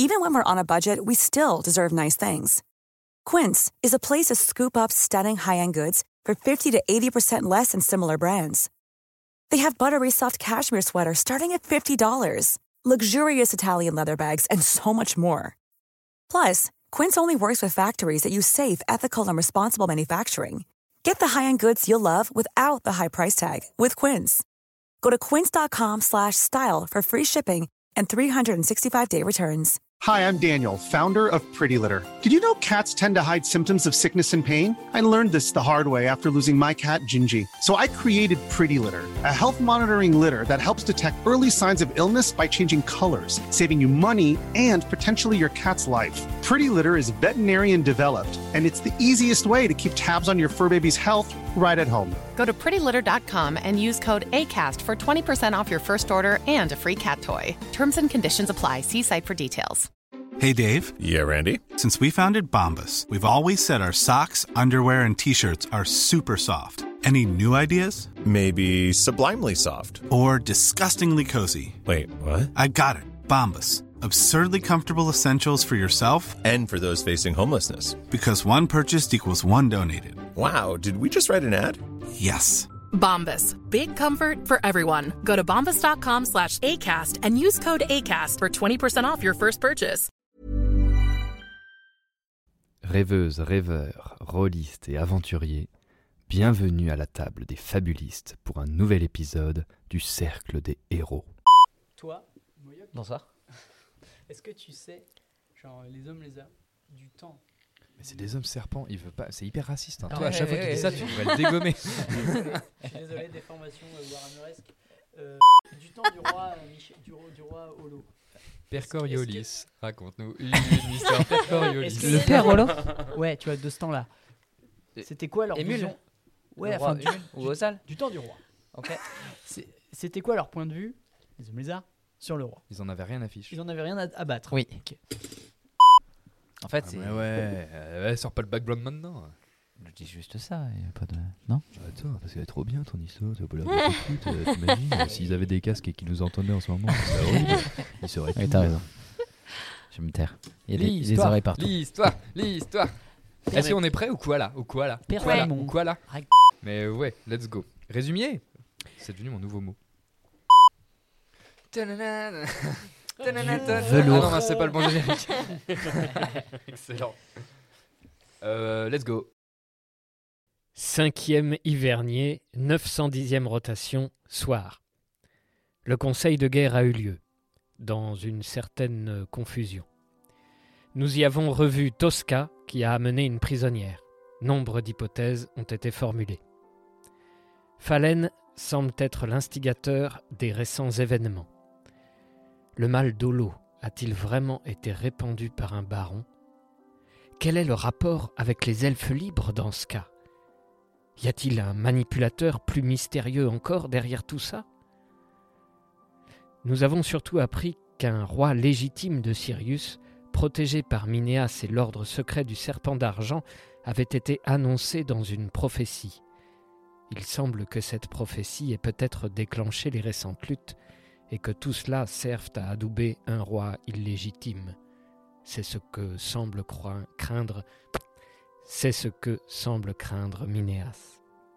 Even when we're on a budget, we still deserve nice things. Quince is a place to scoop up stunning high-end goods for 50 to 80% less than similar brands. They have buttery soft cashmere sweaters starting at $50, luxurious Italian leather bags, and so much more. Plus, Quince only works with factories that use safe, ethical, and responsible manufacturing. Get the high-end goods you'll love without the high price tag with Quince. Go to quince.com/style for free shipping and 365-day returns. Hi, I'm Daniel, founder of Pretty Litter. Did you know cats tend to hide symptoms of sickness and pain? I learned this the hard way after losing my cat, Gingy. So I created Pretty Litter, a health monitoring litter that helps detect early signs of illness by changing colors, saving you money and potentially your cat's life. Pretty Litter is veterinarian developed, and it's the easiest way to keep tabs on your fur baby's health right at home. Go to prettylitter.com and use code ACAST for 20% off your first order and a free cat toy. Terms and conditions apply. See site for details. Hey, Dave. Yeah, Randy? Since we founded Bombas, we've always said our socks, underwear, and T-shirts are super soft. Any new ideas? Maybe sublimely soft. Or disgustingly cozy. Wait, what? I got it. Bombas. Absurdly comfortable essentials for yourself and for those facing homelessness. Because one purchased equals one donated. Wow, did we just write an ad? Yes. Bombas. Big comfort for everyone. Go to bombas.com/ACAST and use code ACAST for 20% off your first purchase. Rêveuses, rêveurs, rôlistes et aventuriers, bienvenue à la table des fabulistes pour un nouvel épisode du Cercle des Héros. Toi, Moyoc, bonsoir. Est-ce que tu sais, genre les hommes lézards, du temps? Mais c'est des hommes serpents, il veut pas. C'est hyper raciste. Hein. Ah Toi, à chaque fois que tu dis ça, tu devrais le dégommer. Je suis désolé, déformation Warhammeresque. Du temps du roi, du roi Holo. Père Coriolis, raconte-nous une histoire. Père Coriolis. Le père Holo. Ouais, tu vois, de ce temps-là. C'était quoi leur Émule. vision? Ouais, roi, enfin, ou Osal. du temps du roi. Ok. C'était quoi leur point de vue, les hommes lézards, sur le roi? Ils en avaient rien à fiche. Ils en avaient rien à battre. Oui. Okay. En fait, Ah c'est. ouais, sors pas le background maintenant. Je dis juste ça, il y a pas de. Non. Attends, parce qu'elle est trop bien ton histoire, tu vas pas la t'imagines s'ils avaient des casques et qu'ils nous entendaient en ce moment, c'est horrible. Ils seraient Oui, t'as raison. Je vais me taire. Il y a des oreilles partout. L'histoire. Est-ce qu'on est prêt ou quoi là? Père Quoi là Raymond. Ou quoi là? Règle. Mais ouais, let's go. Résumier. C'est devenu mon nouveau mot. Velours. Ah non, c'est pas le bon générique. Excellent. Let's go. 5e hivernier, 910e rotation, soir. Le conseil de guerre a eu lieu, dans une certaine confusion. Nous y avons revu Tosca, qui a amené une prisonnière. Nombre d'hypothèses ont été formulées. Phalène semble être l'instigateur des récents événements. Le mal d'Holo a-t-il vraiment été répandu par un baron? Quel est le rapport avec les elfes libres dans ce cas? Y a-t-il un manipulateur plus mystérieux encore derrière tout ça? Nous avons surtout appris qu'un roi légitime de Sirius, protégé par Minéas et l'ordre secret du Serpent d'Argent, avait été annoncé dans une prophétie. Il semble que cette prophétie ait peut-être déclenché les récentes luttes et que tout cela serve à adouber un roi illégitime. C'est ce que semble craindre Minéas.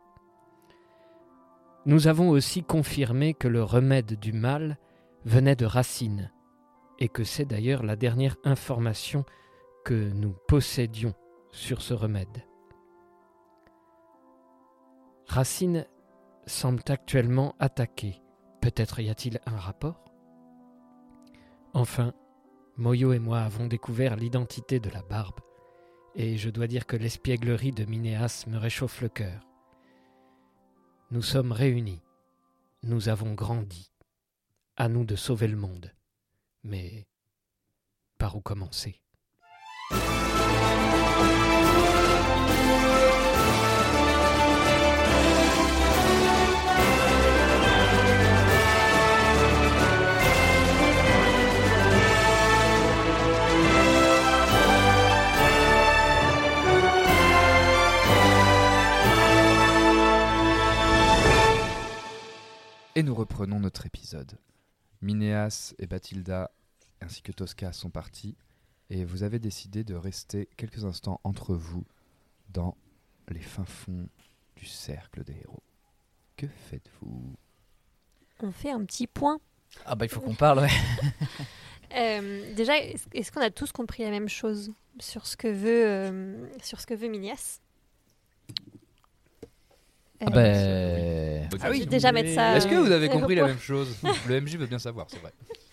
Nous avons aussi confirmé que le remède du mal venait de Racine, et que c'est d'ailleurs la dernière information que nous possédions sur ce remède. Racine semble actuellement attaqué. Peut-être y a-t-il un rapport? Enfin, Moyo et moi avons découvert l'identité de la barbe, et je dois dire que l'espièglerie de Minéas me réchauffe le cœur. Nous sommes réunis, nous avons grandi, à nous de sauver le monde. Mais par où commencer? Et nous reprenons notre épisode. Minéas et Bathilda ainsi que Tosca sont partis et vous avez décidé de rester quelques instants entre vous dans les fins fonds du cercle des héros. Que faites-vous ? On fait un petit point. Ah bah il faut qu'on parle, ouais. Déjà, est-ce qu'on a tous compris la même chose sur ce que veut Minias? Ah oui, je vais déjà mettre ça. Est-ce que vous avez compris la même chose? Le MJ veut bien savoir, c'est vrai.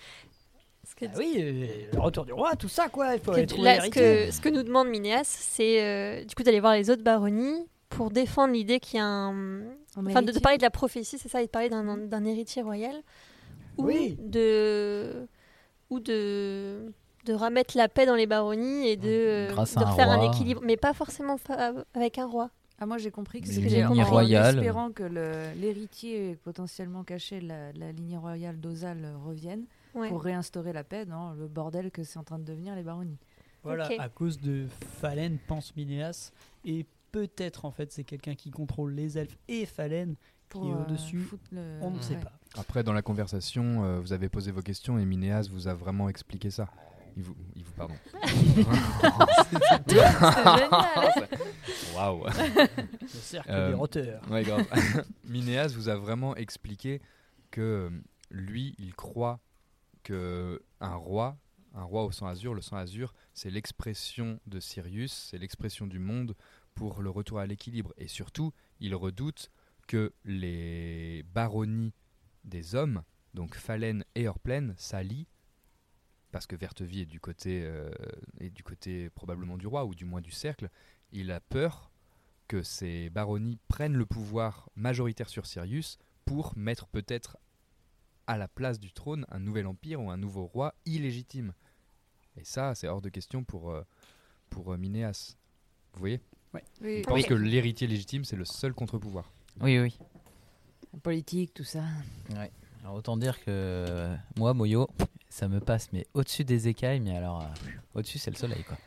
Le retour du roi, tout ça quoi. Il faut là, trouver l'héritier. ce que nous demande Minias, c'est du coup d'aller voir les autres baronnies pour défendre l'idée qu'il y a de parler de la prophétie, c'est ça, et de parler d'un héritier royal, ou de remettre la paix dans les baronnies et de faire un équilibre, mais pas forcément avec un roi. Ah, moi j'ai compris que c'était c'était en royale. espérant que l'héritier potentiellement caché de la lignée royale d'Ozal revienne pour réinstaurer la paix dans le bordel que c'est en train de devenir les baronnies. Voilà, à cause de Falen, pense Minéas, et peut-être en fait c'est quelqu'un qui contrôle les elfes et Falen qui est au-dessus, on ne sait pas. Après dans la conversation, vous avez posé vos questions et Minéas vous a vraiment expliqué ça. Il vous pardon. C'est génial. Waouh. Le cercle des roteurs. Ouais, grave. Minéas vous a vraiment expliqué que lui, il croit que un roi au sang azur, le sang azur, c'est l'expression de Sirius, c'est l'expression du monde pour le retour à l'équilibre. Et surtout, il redoute que les baronnies des hommes, donc Falen et Orplen, s'allient, parce que Vertevie est du côté probablement du roi, ou du moins du cercle. Il a peur que ces baronnies prennent le pouvoir majoritaire sur Sirius pour mettre peut-être à la place du trône un nouvel empire ou un nouveau roi illégitime. Et ça, c'est hors de question pour Minéas. Vous voyez ? Oui. Je pense que l'héritier légitime, c'est le seul contre-pouvoir. Oui. La politique, tout ça. Ouais. Alors autant dire que moi, Moyo, ça me passe mais au-dessus des écailles, mais alors au-dessus c'est le soleil quoi.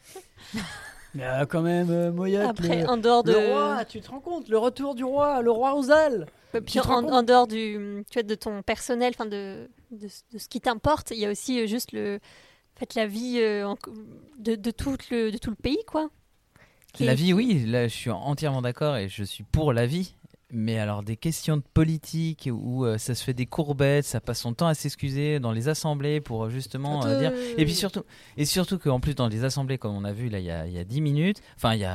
Mais quand même, Moya, après, en dehors de... le roi, tu te rends compte, le retour du roi, le roi Ozal. Puis en dehors de ton personnel, de ce qui t'importe, il y a aussi juste la vie de tout le pays, quoi. La vie, oui, là je suis entièrement d'accord et je suis pour la vie. Mais alors des questions de politique où ça se fait des courbettes, ça passe son temps à s'excuser dans les assemblées pour justement dire. Et puis surtout qu'en plus dans les assemblées comme on a vu là il y a 10 minutes, enfin il y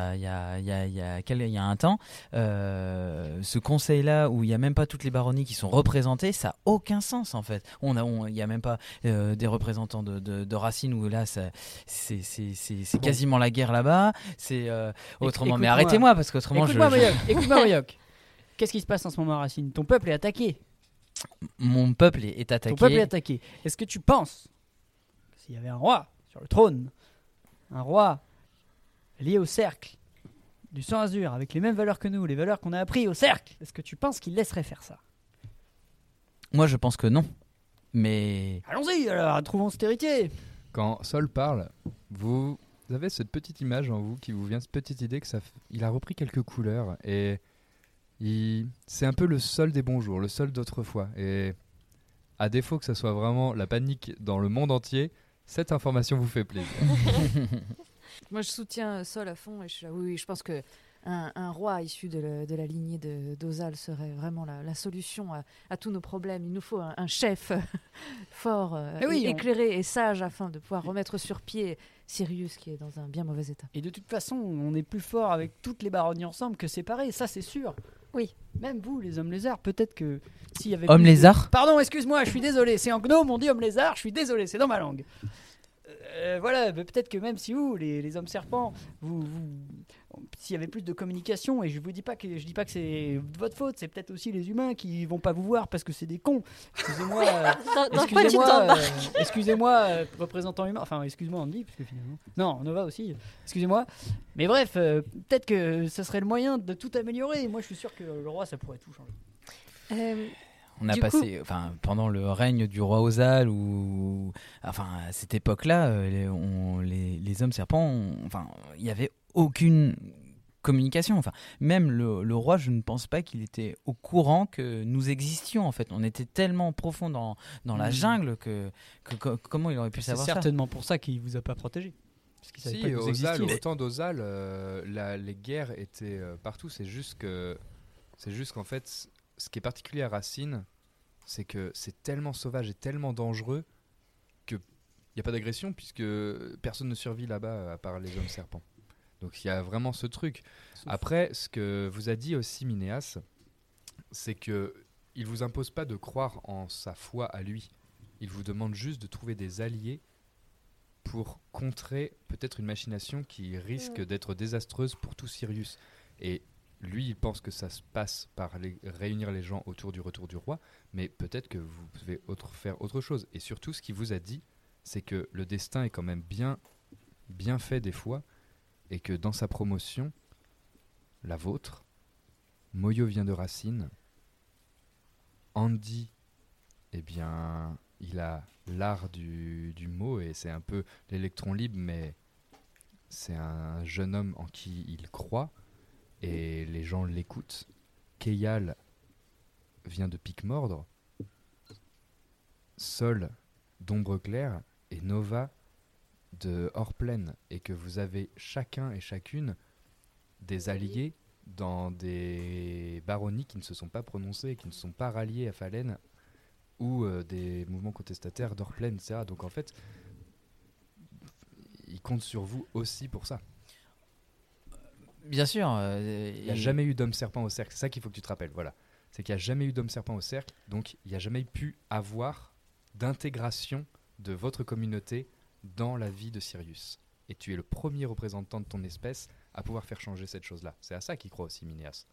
a un temps, ce conseil là où il y a même pas toutes les baronnies qui sont représentées, ça a aucun sens en fait. Il y a même pas des représentants de Racine où là c'est quasiment la guerre là-bas. C'est autrement. Mais arrêtez-moi parce qu'autrement Écoute-moi Moyoc. Qu'est-ce qui se passe en ce moment, Racine? Ton peuple est attaqué. Mon peuple est attaqué. Ton peuple est attaqué. Est-ce que tu penses que s'il y avait un roi sur le trône, un roi lié au cercle du sang azur, avec les mêmes valeurs que nous, les valeurs qu'on a appris au cercle, est-ce que tu penses qu'il laisserait faire ça? Moi, je pense que non. Mais... Allons-y, alors, trouvons cet héritier. Quand Sol parle, vous avez cette petite image en vous qui vous vient, cette petite idée que il a repris quelques couleurs et... c'est un peu le Sol des bons jours, le Sol d'autrefois. Et à défaut que ça soit vraiment la panique dans le monde entier, cette information vous fait plaisir. Moi, je soutiens Sol à fond et je suis là. Oui, je pense que un roi issu de la lignée d'Ozal serait vraiment la solution à tous nos problèmes. Il nous faut un chef fort, éclairé et sage afin de pouvoir remettre sur pied Sirius qui est dans un bien mauvais état. Et de toute façon, on est plus fort avec toutes les baronnies ensemble que séparés, ça c'est sûr. Oui. Même vous, les hommes lézards, peut-être que s'il y avait... Hommes lézards ? Pardon, excuse-moi, je suis désolé. C'est en gnome, on dit homme lézard, je suis désolé, c'est dans ma langue. Voilà, peut-être que même si vous, les hommes serpents, s'il y avait plus de communication, et je dis pas que c'est votre faute, c'est peut-être aussi les humains qui vont pas vous voir parce que c'est des cons. Excusez-moi. Excusez-moi, représentant humain. Enfin, excuse-moi Andy, parce que finalement. Non, Nova aussi. Excusez-moi. Mais bref, peut-être que ça serait le moyen de tout améliorer. Moi, je suis sûr que le roi, ça pourrait tout changer. On a passé, pendant le règne du roi Ozal, à cette époque-là, les hommes serpents, il n'y avait aucune communication. Enfin, même le roi, je ne pense pas qu'il était au courant que nous existions. En fait, on était tellement profond dans la jungle que comment il aurait pu savoir ça? C'est certainement pour ça qu'il vous a pas protégé. Parce qu'il savait pas que vous existiez. Au temps d'Ozal, les guerres étaient partout. C'est juste qu'en fait, ce qui est particulier à Racine, c'est que c'est tellement sauvage et tellement dangereux qu'il n'y a pas d'agression puisque personne ne survit là-bas à part les hommes serpents. Donc il y a vraiment ce truc. Après, ce que vous a dit aussi Minéas, c'est que il vous impose pas de croire en sa foi à lui. Il vous demande juste de trouver des alliés pour contrer peut-être une machination qui risque d'être désastreuse pour tout Sirius. Et lui, il pense que ça se passe par réunir les gens autour du retour du roi, mais peut-être que vous pouvez faire autre chose. Et surtout, ce qu'il vous a dit, c'est que le destin est quand même bien fait des fois, et que dans sa promotion, la vôtre, Moyo vient de Racine, Andy, eh bien, il a l'art du mot, et c'est un peu l'électron libre, mais c'est un jeune homme en qui il croit, et les gens l'écoutent. Keyal vient de Pic-Mordre, Sol d'Ombre Claire, et Nova de Hors-Plaine, et que vous avez chacun et chacune des alliés dans des baronnies qui ne se sont pas prononcées et qui ne sont pas ralliés à Fallen ou des mouvements contestataires d'Hors-Plaine, etc. Donc en fait, ils comptent sur vous aussi pour ça. Bien sûr. Il n'y a jamais eu d'homme serpent au cercle, c'est ça qu'il faut que tu te rappelles, voilà. C'est qu'il n'y a jamais eu d'homme serpent au cercle, donc il n'y a jamais pu avoir d'intégration de votre communauté dans la vie de Sirius. Et tu es le premier représentant de ton espèce à pouvoir faire changer cette chose-là. C'est à ça qu'il croit aussi Minéas.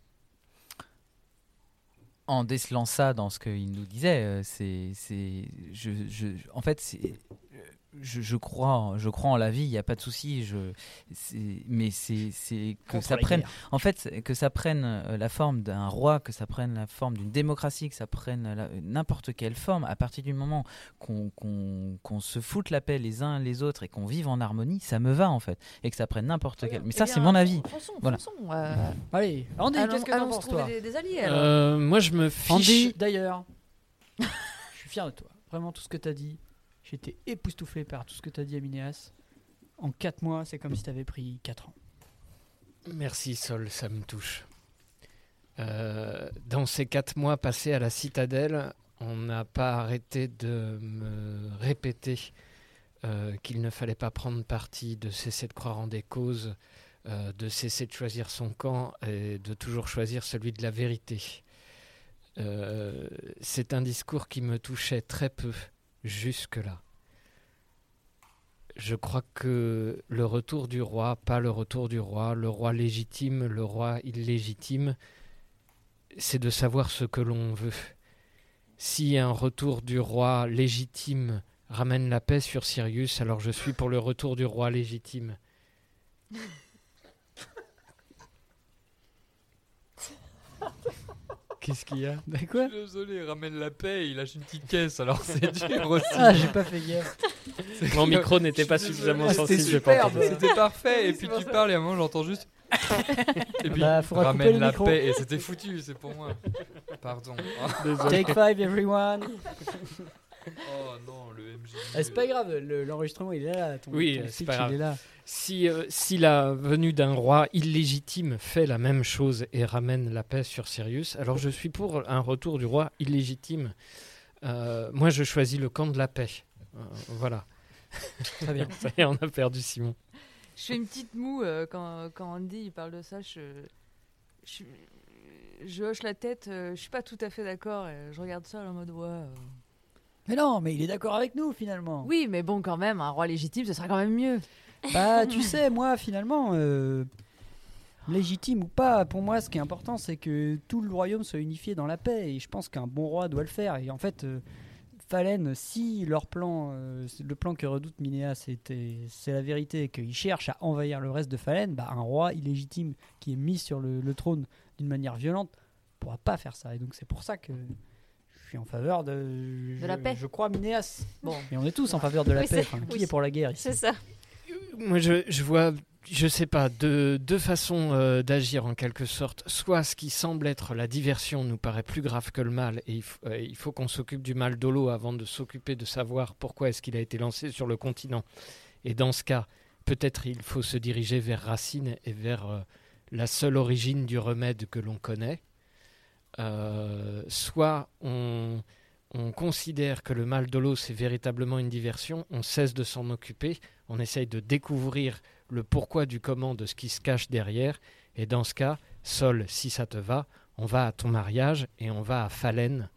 En décelant ça dans ce qu'il nous disait, en fait, je crois en la vie, il n'y a pas de souci. Mais c'est que ça prenne, en fait, que ça prenne la forme d'un roi, que ça prenne la forme d'une démocratie, que ça prenne n'importe quelle forme. À partir du moment qu'on se foute la paix les uns les autres et qu'on vive en harmonie, ça me va en fait. Et que ça prenne n'importe quel. Mais ça, c'est mon avis. Voilà. Allez, Andy, qu'est-ce que t'en penses, toi? Des alliés, alors. Moi, je me fiche. Andy, d'ailleurs, je suis fier de toi. Vraiment, tout ce que t'as dit. J'ai été époustouflé par tout ce que tu as dit à Minéas. En 4 mois, c'est comme si tu avais pris 4 ans. Merci Sol, ça me touche. Dans ces 4 mois passés à la Citadelle, on n'a pas arrêté de me répéter qu'il ne fallait pas prendre parti, de cesser de croire en des causes, de cesser de choisir son camp et de toujours choisir celui de la vérité. C'est un discours qui me touchait très peu. Jusque-là. Je crois que le retour du roi, pas le retour du roi, le roi légitime, le roi illégitime, c'est de savoir ce que l'on veut. Si un retour du roi légitime ramène la paix sur Sirius, alors je suis pour le retour du roi légitime. Qu'est-ce qu'il y a? Bah quoi? Désolé, ramène la paix, il lâche une petite caisse, alors c'est dur aussi. Ah, j'ai pas fait gaffe. Mon micro n'était pas suffisamment sensible, j'ai pas entendu. C'était parfait, et puis tu parles et à un moment j'entends juste... et puis ramène la paix, et c'était foutu, c'est pour moi. Pardon. Take 5 everyone. Oh non, le MJ. C'est pas grave, l'enregistrement il est là. Oui, ton c'est pas grave. il est là. Si la venue d'un roi illégitime fait la même chose et ramène la paix sur Sirius, alors je suis pour un retour du roi illégitime. Moi, je choisis le camp de la paix. Voilà. Très bien. Ça y est, on a perdu Simon. Je fais une petite moue quand Andy il parle de ça. Je hoche la tête. Je suis pas tout à fait d'accord. Je regarde ça en mode ouais. Mais non, mais il est d'accord avec nous finalement. Oui, mais bon, quand même, un roi légitime, ce serait quand même mieux. Bah, tu sais, moi finalement, légitime ou pas, pour moi, ce qui est important, c'est que tout le royaume soit unifié dans la paix. Et je pense qu'un bon roi doit le faire. Et en fait, Fallen, si leur plan, le plan que redoute Minéas, c'est la vérité, et qu'ils cherchent à envahir le reste de Fallen, bah, un roi illégitime qui est mis sur le trône d'une manière violente ne pourra pas faire ça. Et donc c'est pour ça que je suis en faveur de la paix. Je crois Minéas. Bon. Et on est tous en faveur de la paix. Enfin, qui est pour la guerre ici? C'est ça. Moi, je vois je sais pas, deux façons d'agir en quelque sorte. Soit ce qui semble être la diversion nous paraît plus grave que le mal et il faut qu'on s'occupe du mal dolo avant de s'occuper de savoir pourquoi est-ce qu'il a été lancé sur le continent. Et dans ce cas, peut-être il faut se diriger vers Racine et vers la seule origine du remède que l'on connaît. Soit on considère que le mal dolo c'est véritablement une diversion, on cesse de s'en occuper, on essaye de découvrir le pourquoi du comment de ce qui se cache derrière, et dans ce cas, Sol, si ça te va, on va à ton mariage et on va à Phalène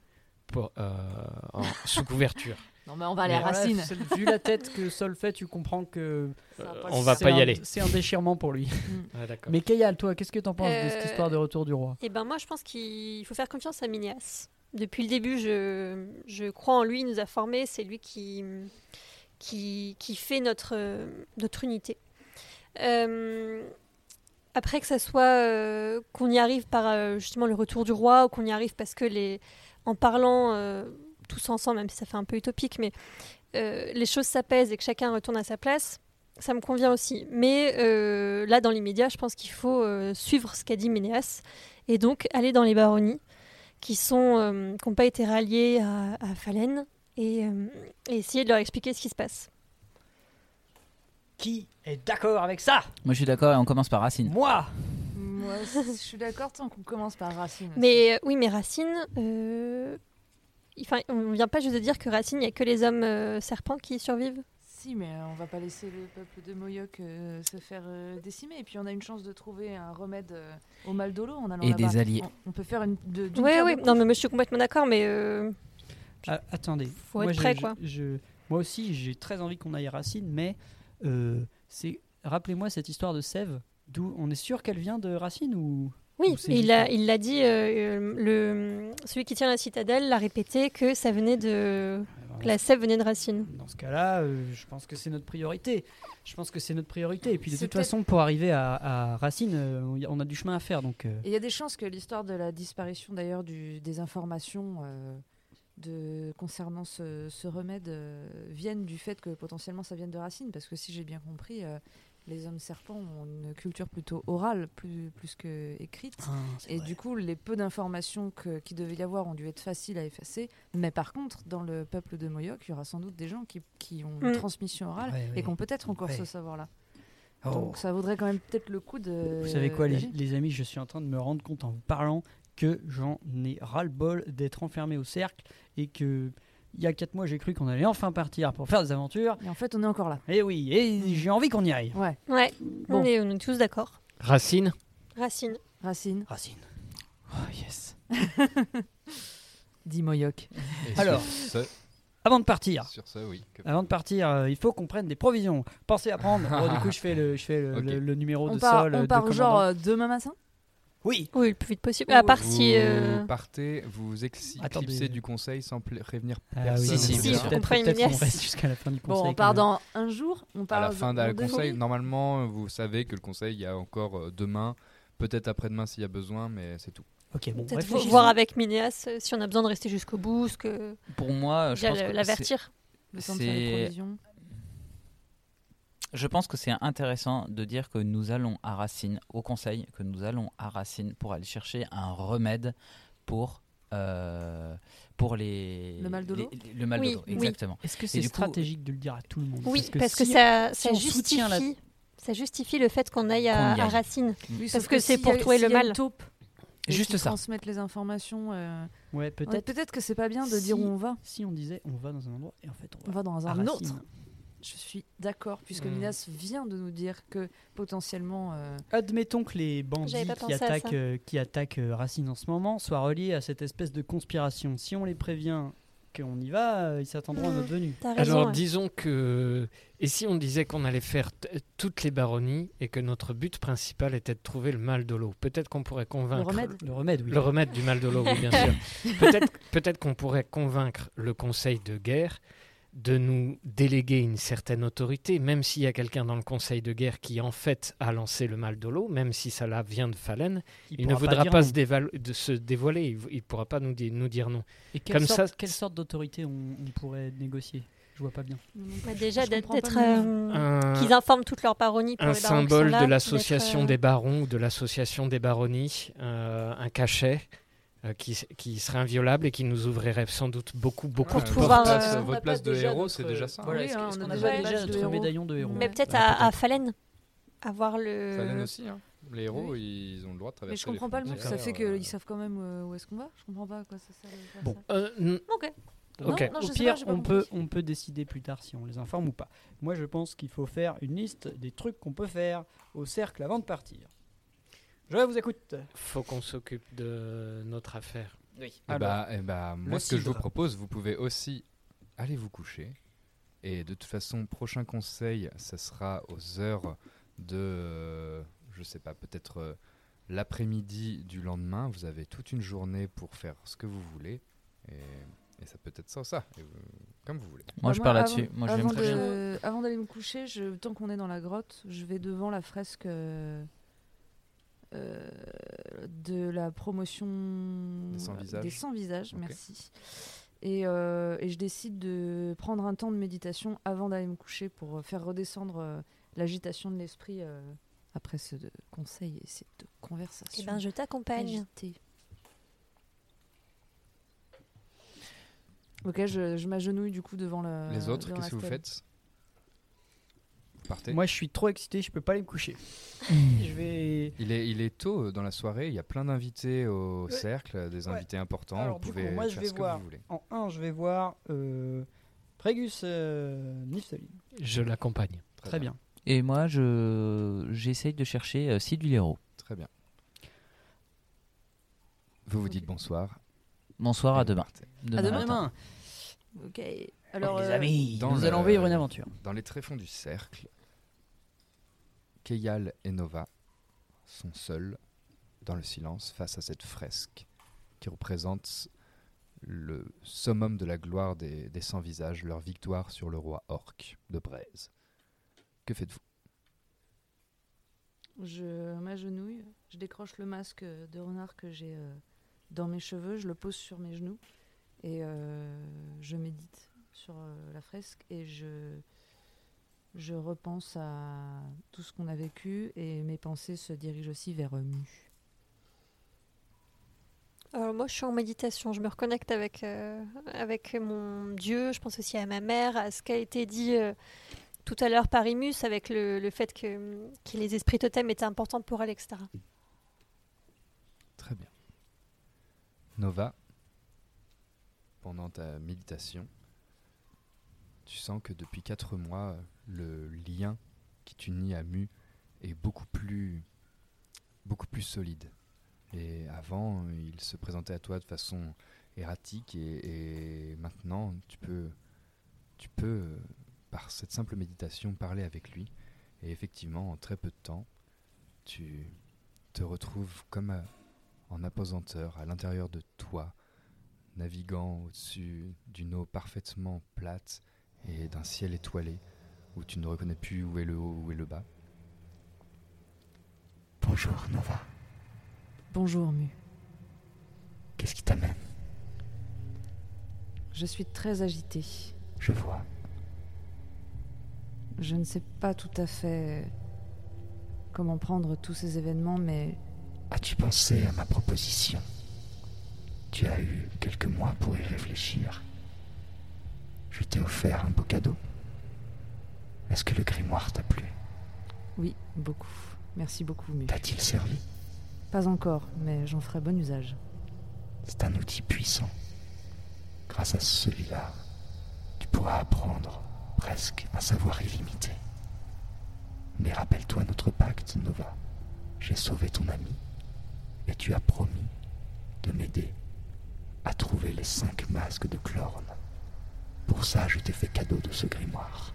sous couverture. Non mais on va aller à Racine. Vu la tête que Sol fait, tu comprends que on va pas y aller. C'est un déchirement pour lui. Ouais, d'accord. Mais Kayal, toi, qu'est-ce que t'en penses de cette histoire de retour du roi? Eh ben moi, je pense qu'il faut faire confiance à Minéas. Depuis le début, je crois en lui. Il nous a formés. C'est lui qui fait notre unité. Après que ça soit qu'on y arrive par justement le retour du roi, ou qu'on y arrive parce que en parlant tous ensemble, même si ça fait un peu utopique, mais les choses s'apaisent et que chacun retourne à sa place, ça me convient aussi. Mais là, dans l'immédiat, je pense qu'il faut suivre ce qu'a dit Ménéas et donc aller dans les baronnies qui n'ont pas été ralliées à Phalène et essayer de leur expliquer ce qui se passe. Qui est d'accord avec ça? Moi, je suis d'accord et on commence par Racine. Moi, je suis d'accord tant qu'on commence par Racine. Aussi. Mais oui, mais Racine, on ne vient pas juste de dire que Racine, il n'y a que les hommes serpents qui survivent. Si, mais on va pas laisser le peuple de Moyoc se faire décimer. Et puis on a une chance de trouver un remède au mal dolo en allant et là-bas. des alliés. On peut faire une. Oui. Non, mais moi je suis complètement d'accord, mais. attendez. Faut être prêt, quoi. Moi aussi, j'ai très envie qu'on aille à Racine, mais rappelez-moi cette histoire de Sève. D'où on est sûr qu'elle vient de Racine ou? Oui, il l'a dit. Celui qui tient la citadelle l'a répété que ça venait de. Que la sève venait de Racine. Dans ce cas-là, je pense que c'est notre priorité. Et puis de toute façon, pour arriver à Racine, on a du chemin à faire. Donc. Et il y a des chances que l'histoire de la disparition d'ailleurs des informations concernant ce remède vienne du fait que potentiellement ça vienne de Racine. Parce que si j'ai bien compris, les hommes serpents ont une culture plutôt orale, plus que écrite. Et vrai. Du coup, les peu d'informations qu'il devait y avoir ont dû être faciles à effacer. Mais par contre, dans le peuple de Moyoc, il y aura sans doute des gens qui ont une transmission orale et qui ont peut-être encore ce savoir-là. Donc ça vaudrait quand même peut-être le coup de... Vous savez quoi, les amis, je suis en train de me rendre compte en vous parlant que j'en ai ras-le-bol d'être enfermé au cercle et que... Il y a 4 mois, j'ai cru qu'on allait enfin partir pour faire des aventures. Et en fait, on est encore là. Et oui, et j'ai envie qu'on y aille. Ouais. Bon. On est tous d'accord. Racine. Oh yes. Dit Moyoc. Alors, avant de partir. Sur ce, oui. Avant de partir, il faut qu'on prenne des provisions. Pensez à prendre. Du coup, je fais le numéro de Sol. On part genre demain matin. Oui, le plus vite possible. À part si... Vous partez, vous éclipsez du conseil sans prévenir Ah, personne. si, peut-être qu'on reste jusqu'à la fin du conseil. Bon, on part dans un jour. À la fin du conseil, normalement, vous savez que le conseil, il y a encore demain, peut-être après-demain s'il y a besoin, mais c'est tout. Ok, bon. Peut-être voir avec Minéas si on a besoin de rester jusqu'au bout, Pour moi, je pense que l'avertir. Le temps de faire les provisions. Je pense que c'est intéressant de dire que nous allons à Racine, au conseil, pour aller chercher un remède pour le mal de l'eau. Le mal de l'eau, exactement. Est-ce que c'est stratégique de le dire à tout le monde? Oui, parce que ça justifie le fait qu'on aille à Racine. Oui, parce que c'est pour trouver le mal. Juste ça. Transmettre les informations. Ouais, peut-être. Peut-être que c'est pas bien de dire où on va. Si on disait on va dans un endroit et en fait on va dans un autre. Je suis d'accord, puisque Minas vient de nous dire que potentiellement... Admettons que les bandits qui attaquent Racine en ce moment soient reliés à cette espèce de conspiration. Si on les prévient qu'on y va, ils s'attendront à notre venue. Alors disons que... Et si on disait qu'on allait faire toutes les baronnies et que notre but principal était de trouver le mal de l'eau, peut-être qu'on pourrait convaincre... Le remède, oui. Le remède du mal de l'eau, oui, bien sûr. Peut-être qu'on pourrait convaincre le conseil de guerre de nous déléguer une certaine autorité, même s'il y a quelqu'un dans le conseil de guerre qui en fait a lancé le mal de l'eau, même si ça vient de Phalène, il ne voudra pas se dévoiler, il ne pourra pas nous dire non. Et quelle sorte d'autorité on pourrait négocier? Je vois pas bien. Déjà, je comprends d'être pas, qu'ils informent toutes leurs baronnies pour Un les barons qui symbole sont là, de l'association d'être, des barons ou de l'association des baronnies, un cachet qui serait inviolable et qui nous ouvrirait sans doute beaucoup Pour de pouvoir, portes. on votre place de héros, c'est déjà ça. Voilà, Oui, est-ce hein, qu'on on a a déjà déjà notre de héros. médaillon de héros Mais peut-être Ouais, à Falen, avoir le. Falen aussi, hein. Les héros, ils ont le droit de traverser. Mais je comprends pas le mot. frontières, Ça fait qu'ils savent quand même où est-ce qu'on va. Je comprends pas à quoi ça sert. de faire Bon. ça. Ok. Ok. Non, Au je sais pire, pas, j'ai pas on compris. peut décider plus tard si on les informe ou pas. Moi, je pense qu'il faut faire une liste des trucs qu'on peut faire au cercle avant de partir. Je vous écoute. Faut qu'on s'occupe de notre affaire. Oui. Eh bah, moi, le ce que je vous cidre. propose, vous pouvez aussi aller vous coucher. Et de toute façon, prochain conseil, ça sera aux heures de, je sais pas, peut-être l'après-midi du lendemain. Vous avez toute une journée pour faire ce que vous voulez. Et ça peut être ça ou ça. Et comme vous voulez. Moi, je pars là-dessus. Moi, je vais me avant coucher. avant d'aller me coucher, tant qu'on est dans la grotte, je vais devant la fresque de la promotion Des 100 visages. Ok. merci. Et je décide de prendre un temps de méditation avant d'aller me coucher pour faire redescendre l'agitation de l'esprit après ce conseil et cette conversation. Eh ben, je t'accompagne. agitée. Ok, je m'agenouille du coup devant le. Les autres, devant qu'est-ce que la vous stèle. faites? Vous partez? Moi, je suis trop excité, je peux pas aller me coucher. Je vais. Il est tôt dans la soirée, il y a plein d'invités au Ouais. cercle, des Ouais. invités importants. Alors, vous du pouvez coup, moi, je faire vais ce que voir. vous voulez. En 1, je vais voir Prégus Niftaline. Je l'accompagne. Très bien. Et moi, j'essaye de chercher Sidulero. Très bien. Vous vous dites bonsoir. Bonsoir, Et à vous demain. partez. À demain. matin. Ok. Alors, les amis, Dans nous le- allons vivre une aventure. Dans les tréfonds du cercle, Keyal et Nova sont seuls dans le silence face à cette fresque qui représente le summum de la gloire des 100 visages, leur victoire sur le roi orc de Braise. Que faites-vous? je m'agenouille, je décroche le masque de renard que j'ai dans mes cheveux, je le pose sur mes genoux et je médite sur la fresque et je repense à tout ce qu'on a vécu et mes pensées se dirigent aussi vers Mu. Moi, je suis en méditation. Je me reconnecte avec mon Dieu. Je pense aussi à ma mère, à ce qui a été dit tout à l'heure par Imus, avec le fait que les esprits totems étaient importants pour elle, etc. Très bien. Nova, pendant ta méditation, tu sens que depuis 4 mois, le lien qui t'unit à Mu est beaucoup plus solide. Et avant, il se présentait à toi de façon erratique et maintenant, tu peux, par cette simple méditation, parler avec lui. Et effectivement, en très peu de temps, tu te retrouves comme en apesanteur à l'intérieur de toi, naviguant au-dessus d'une eau parfaitement plate et d'un ciel étoilé où tu ne reconnais plus où est le haut, où est le bas. Bonjour Nova, Bonjour Mu. qu'est-ce qui t'amène? Je suis très agitée. Je vois. Je ne sais pas tout à fait comment prendre tous ces événements, mais As-tu pensé à ma proposition? Tu as eu quelques mois pour y réfléchir. Je t'ai offert un beau cadeau. Est-ce que le grimoire t'a plu? oui, beaucoup. Merci beaucoup Mu. T'a-t-il servi? Pas encore, mais j'en ferai bon usage. C'est un outil puissant. Grâce à celui-là, tu pourras apprendre presque un savoir illimité. Mais rappelle-toi notre pacte, Nova. J'ai sauvé ton ami et tu as promis de m'aider à trouver les 5 masques de Clorne. Pour ça, je t'ai fait cadeau de ce grimoire.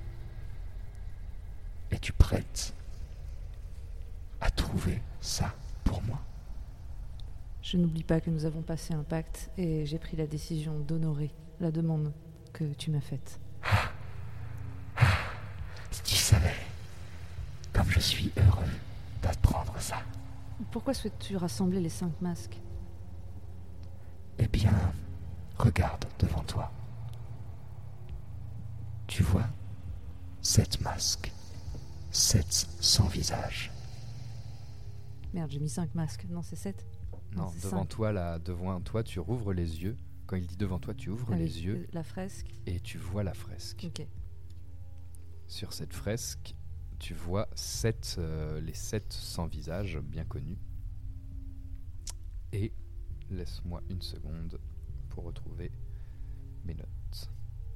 Es-tu prête à trouver ça pour moi? Je n'oublie pas que nous avons passé un pacte et j'ai pris la décision d'honorer la demande que tu m'as faite. Si tu savais, comme je suis heureux d'apprendre ça. Pourquoi souhaites-tu rassembler les 5 masques? Eh bien, regarde devant toi. 7 sans visage. Merde, j'ai mis 5 masques. Non, c'est 7. Non, devant toi, tu rouvres les yeux. Quand il dit devant toi, tu ouvres les yeux. La fresque. Et tu vois la fresque. Ok. Sur cette fresque, tu vois les 7 sans visage bien connus. Et laisse-moi une seconde pour retrouver mes notes.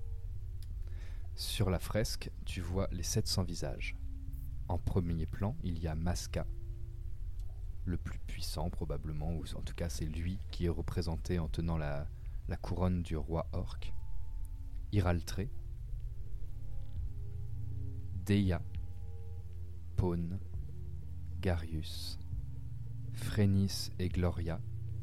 Sur la fresque, tu vois les 7 sans visage. En premier plan, il y a Masca, le plus puissant probablement, ou en tout cas c'est lui qui est représenté en tenant la couronne du roi orc. Iraltré, Deia, Paune, Garius, Phrénis et Gloria.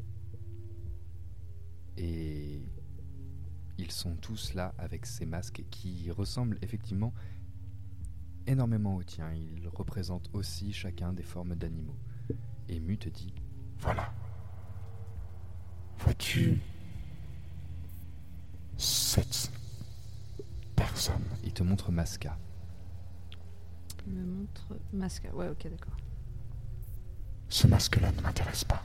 Et ils sont tous là avec ces masques qui ressemblent effectivement énormément au tien. Ils représentent aussi chacun des formes d'animaux. Et Mu te dit: Voilà. Vois-tu 7 personnes. Il te montre Masca. Il me montre Masca. Ouais, ok, d'accord. Ce masque-là ne m'intéresse pas.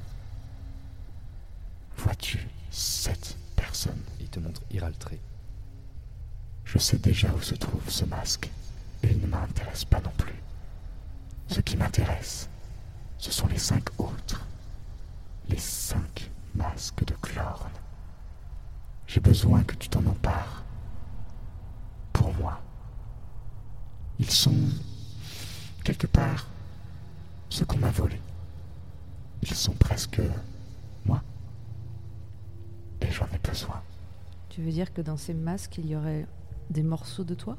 Vois-tu 7 personnes. Il te montre Iraltré. Je sais déjà où se trouve ce masque, et il ne m'intéresse pas non plus. Ce qui m'intéresse, ce sont les 5 autres. Les 5 masques de Clorne. J'ai besoin que tu t'en empares. Pour moi. Ils sont, quelque part, ce qu'on m'a volé. Ils sont presque moi. Et j'en ai besoin. Tu veux dire que dans ces masques, il y aurait des morceaux de toi ?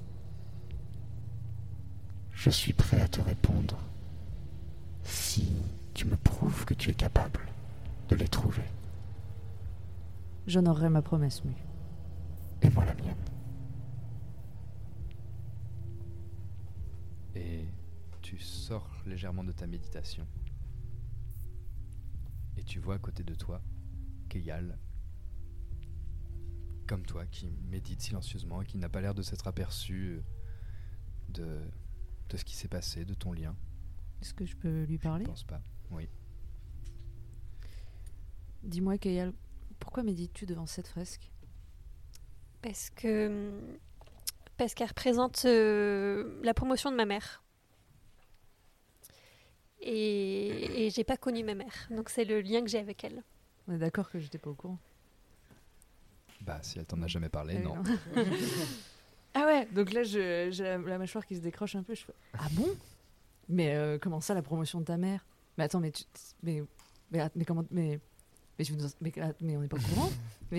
Je suis prêt à te répondre si tu me prouves que tu es capable de les trouver. J'honorerai ma promesse, Mu. Et moi la mienne. Et tu sors légèrement de ta méditation. Et tu vois à côté de toi Keyal, comme toi, qui médite silencieusement et qui n'a pas l'air de s'être aperçu de ce qui s'est passé, de ton lien. Est-ce que je peux lui parler ? Je pense pas, oui. Dis-moi, Keyal, pourquoi médites-tu devant cette fresque ? Parce qu'elle représente la promotion de ma mère. Et j'ai pas connu ma mère, donc c'est le lien que j'ai avec elle. On est d'accord que j'étais pas au courant. Bah, si elle t'en a jamais parlé, non. Ah ouais, donc là, j'ai la mâchoire qui se décroche un peu. Je fais, ah bon ? Mais comment ça, la promotion de ta mère ? Mais attends, mais comment, mais on n'est pas au courant ?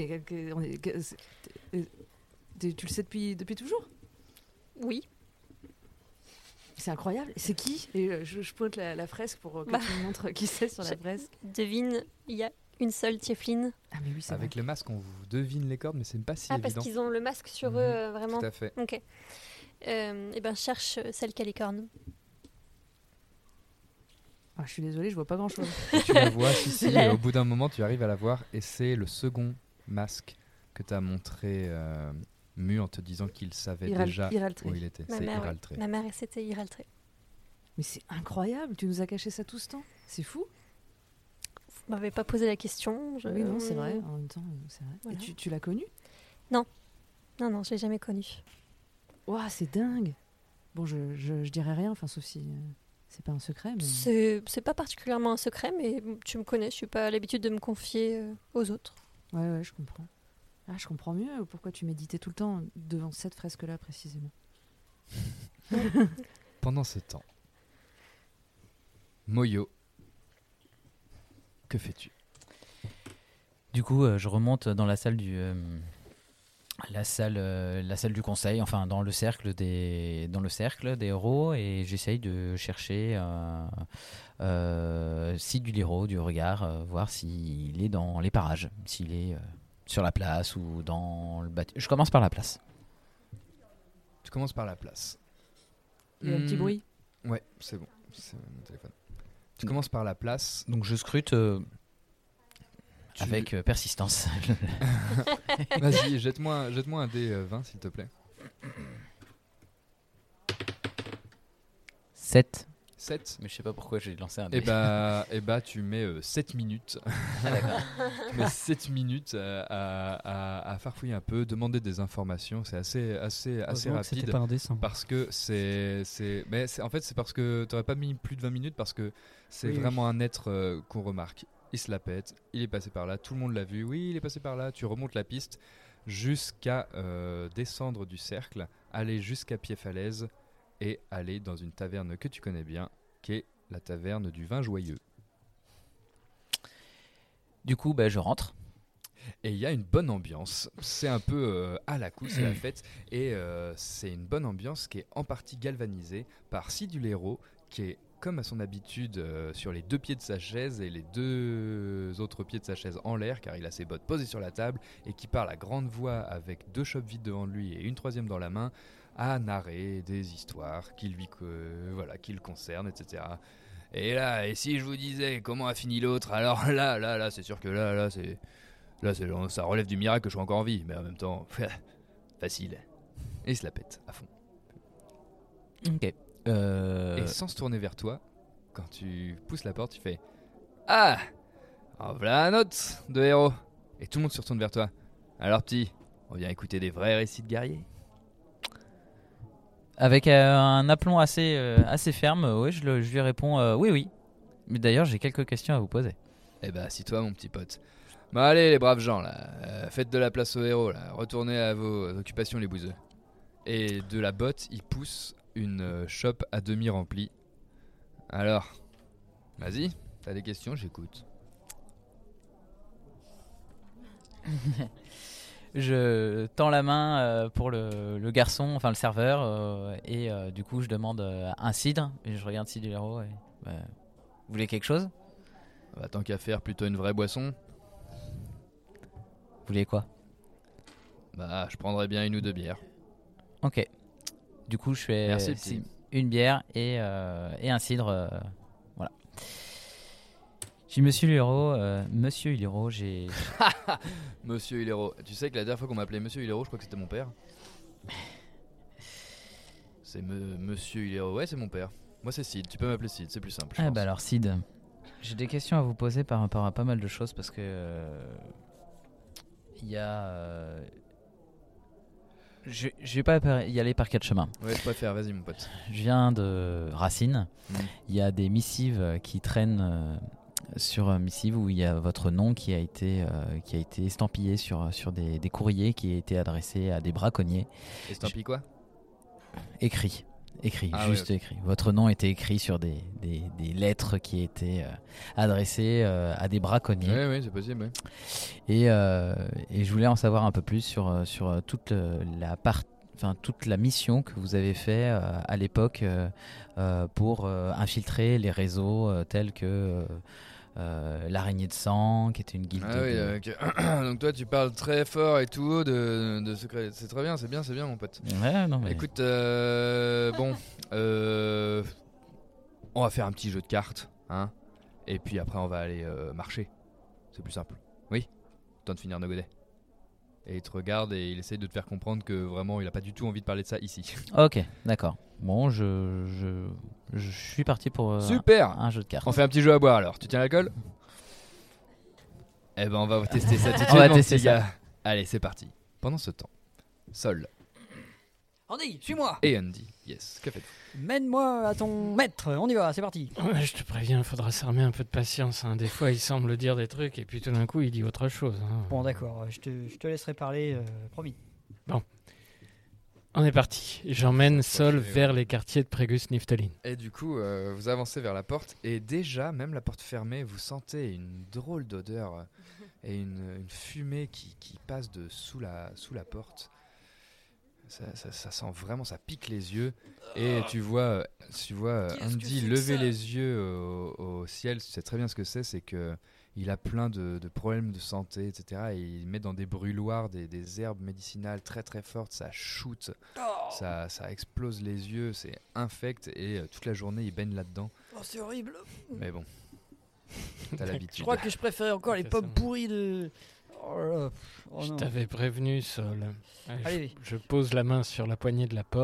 Tu le sais depuis toujours ? Oui. C'est incroyable. C'est qui ? Et je pointe la fresque pour que tu me montres qui c'est sur la fresque. Devine, il y a une seule Tiefling. Ah mais oui, c'est avec vrai. le masque, on vous devine les cordes, mais c'est pas si évident. Ah, parce qu'ils ont le masque sur eux, vraiment. Tout à fait. Ok. Et ben, cherche celle qui a les cornes. Ah, je suis désolée, je vois pas grand-chose. Tu la vois, si, au bout d'un moment, tu arrives à la voir, et c'est le second masque que t'as montré Mu en te disant qu'il savait déjà où il était. C'est Iraltré. Ma mère, c'était Iraltré. Mais c'est incroyable, tu nous as caché ça tout ce temps. C'est fou. Vous m'avez pas posé la question. Oui, non, c'est vrai. En même temps, c'est vrai. Voilà. Et tu l'as connue ? Non, je l'ai jamais connue. Ouah, c'est dingue. Bon, je dirais rien, enfin, sauf si c'est pas un secret. Mais... C'est pas particulièrement un secret, mais tu me connais, je suis pas à l'habitude de me confier aux autres. Ouais, je comprends. Ah, je comprends mieux pourquoi tu méditais tout le temps devant cette fresque-là, précisément. Pendant ce temps, Moyo, que fais-tu ? Du coup, je remonte dans la salle du conseil, enfin dans le cercle des héros, et j'essaye de chercher Sid du héros du regard, voir s'il est dans les parages, s'il est sur la place ou dans le bâtiment. Je commence par la place. Tu commences par la place. Il y a un petit bruit. Ouais, c'est bon. C'est mon téléphone. Tu commences par la place. Donc je scrute avec persistance. Vas-y, jette-moi un dé 20 s'il te plaît. 7. 7. Mais je sais pas pourquoi j'ai lancé un dé. Et bah tu mets 7 minutes. Ah, d'accord. Tu mets 7 minutes à farfouiller un peu, demander des informations. C'est assez rapide. C'était pas indécent. Parce que en fait, c'est parce que tu n'aurais pas mis plus de 20 minutes parce que c'est vraiment un être qu'on remarque. Il se la pète, il est passé par là, tout le monde l'a vu. Oui, il est passé par là. Tu remontes la piste jusqu'à descendre du cercle, aller jusqu'à Pied-Falaise et aller dans une taverne que tu connais bien, qui est la taverne du vin joyeux. Du coup, je rentre. Et il y a une bonne ambiance. C'est un peu à la coup, c'est la fête. Et c'est une bonne ambiance qui est en partie galvanisée par Sidulero, qui est, comme à son habitude, sur les 2 pieds de sa chaise et les 2 autres pieds de sa chaise en l'air, car il a ses bottes posées sur la table, et qui parle à grande voix avec 2 chopes vides devant lui et une 3e dans la main, à narrer des histoires qui le concernent, etc. Et là, et si je vous disais comment a fini l'autre, alors là, c'est sûr que là, ça relève du miracle que je sois encore en vie, mais en même temps, facile. Et il se la pète à fond. Ok. Et sans se tourner vers toi, quand tu pousses la porte, tu fais « Ah, en voilà un autre de héros !» Et tout le monde se retourne vers toi. « Alors petit, on vient écouter des vrais récits de guerriers ?» Avec un aplomb assez ferme, je lui réponds oui. Mais d'ailleurs, j'ai quelques questions à vous poser. Eh ben, assis-toi, mon petit pote. Bon, allez, les braves gens, là, faites de la place aux héros, là. Retournez à vos occupations, les bouseux. Et de la botte, il pousse une chope à demi remplie. Alors, vas-y, t'as des questions, j'écoute. Je tends la main pour le garçon, enfin le serveur, et du coup je demande un cidre. Et je regarde Sidulero et vous voulez quelque chose ? Tant qu'à faire, plutôt une vraie boisson. Vous voulez quoi ? Je prendrais bien 1 ou 2 bières. Ok. Du coup je fais Merci, une bière et un cidre. Voilà. J'ai Monsieur Hilero, j'ai... Monsieur Hilero. Tu sais que la dernière fois qu'on m'appelait Monsieur Hilero, je crois que c'était mon père. C'est Monsieur Hilero. Ouais, c'est mon père. Moi, c'est Sid. Tu peux m'appeler Sid, c'est plus simple. Alors, Sid, j'ai des questions à vous poser par rapport à pas mal de choses parce que... Il y a... Je vais pas y aller par 4 chemins. Ouais, je préfère, vas-y mon pote. Je viens de Racine. Il y a des missives qui traînent... sur missive où il y a votre nom qui a été estampillé sur des courriers qui a été adressés à des braconniers. Estampillé quoi ? Écrit, Ah, juste ouais, okay. écrit. Votre nom était écrit sur des lettres qui étaient adressées à des braconniers. Oui, c'est possible. Ouais. Et je voulais en savoir un peu plus sur toute toute la mission que vous avez fait à l'époque pour infiltrer les réseaux tels que l'araignée de sang, qui était une guilde. Ah oui, okay. Donc toi tu parles très fort et tout de secrets. C'est très bien, c'est bien mon pote. Ouais, non mais... Écoute, on va faire un petit jeu de cartes, hein. Et puis après on va aller marcher. C'est plus simple. Oui, temps de finir nos godets. Et il te regarde et il essaie de te faire comprendre que vraiment il a pas du tout envie de parler de ça ici. Ok, d'accord. Bon, je suis parti pour Super. Un jeu de cartes. On fait un petit jeu à boire alors. Tu tiens l'alcool ? Eh ben on va tester ça tout de suite. On va mon tester petit ça. gars. Allez, c'est parti. Pendant ce temps, Sol Andy, suis-moi. et Andy, yes, que faites-vous ? Mène-moi à ton maître, on y va, c'est parti. Ouais, je te préviens, il faudra s'armer un peu de patience. Des fois, il semble dire des trucs et puis tout d'un coup, il dit autre chose. Bon, d'accord, je te laisserai parler, promis. Bon, on est parti. J'emmène Sol vers les quartiers de Prégus Niftalin. Et du coup, vous avancez vers la porte et déjà, même la porte fermée, vous sentez une drôle d'odeur et une fumée qui passe de sous la porte. Ça sent vraiment, ça pique les yeux. Et tu vois Andy lever les yeux au ciel. Tu sais très bien ce que c'est que il a plein de problèmes de santé, etc. Et il met dans des brûloirs des herbes médicinales très très fortes. Ça shoot, ça explose les yeux, c'est infect. Et toute la journée, il baigne là-dedans. Oh, c'est horrible. Mais bon, t'as l'habitude. Je crois que je préférais encore les pommes pourries de... Oh là là. Je t'avais prévenu, Sol. Allez. Je pose la main sur la poignée de la porte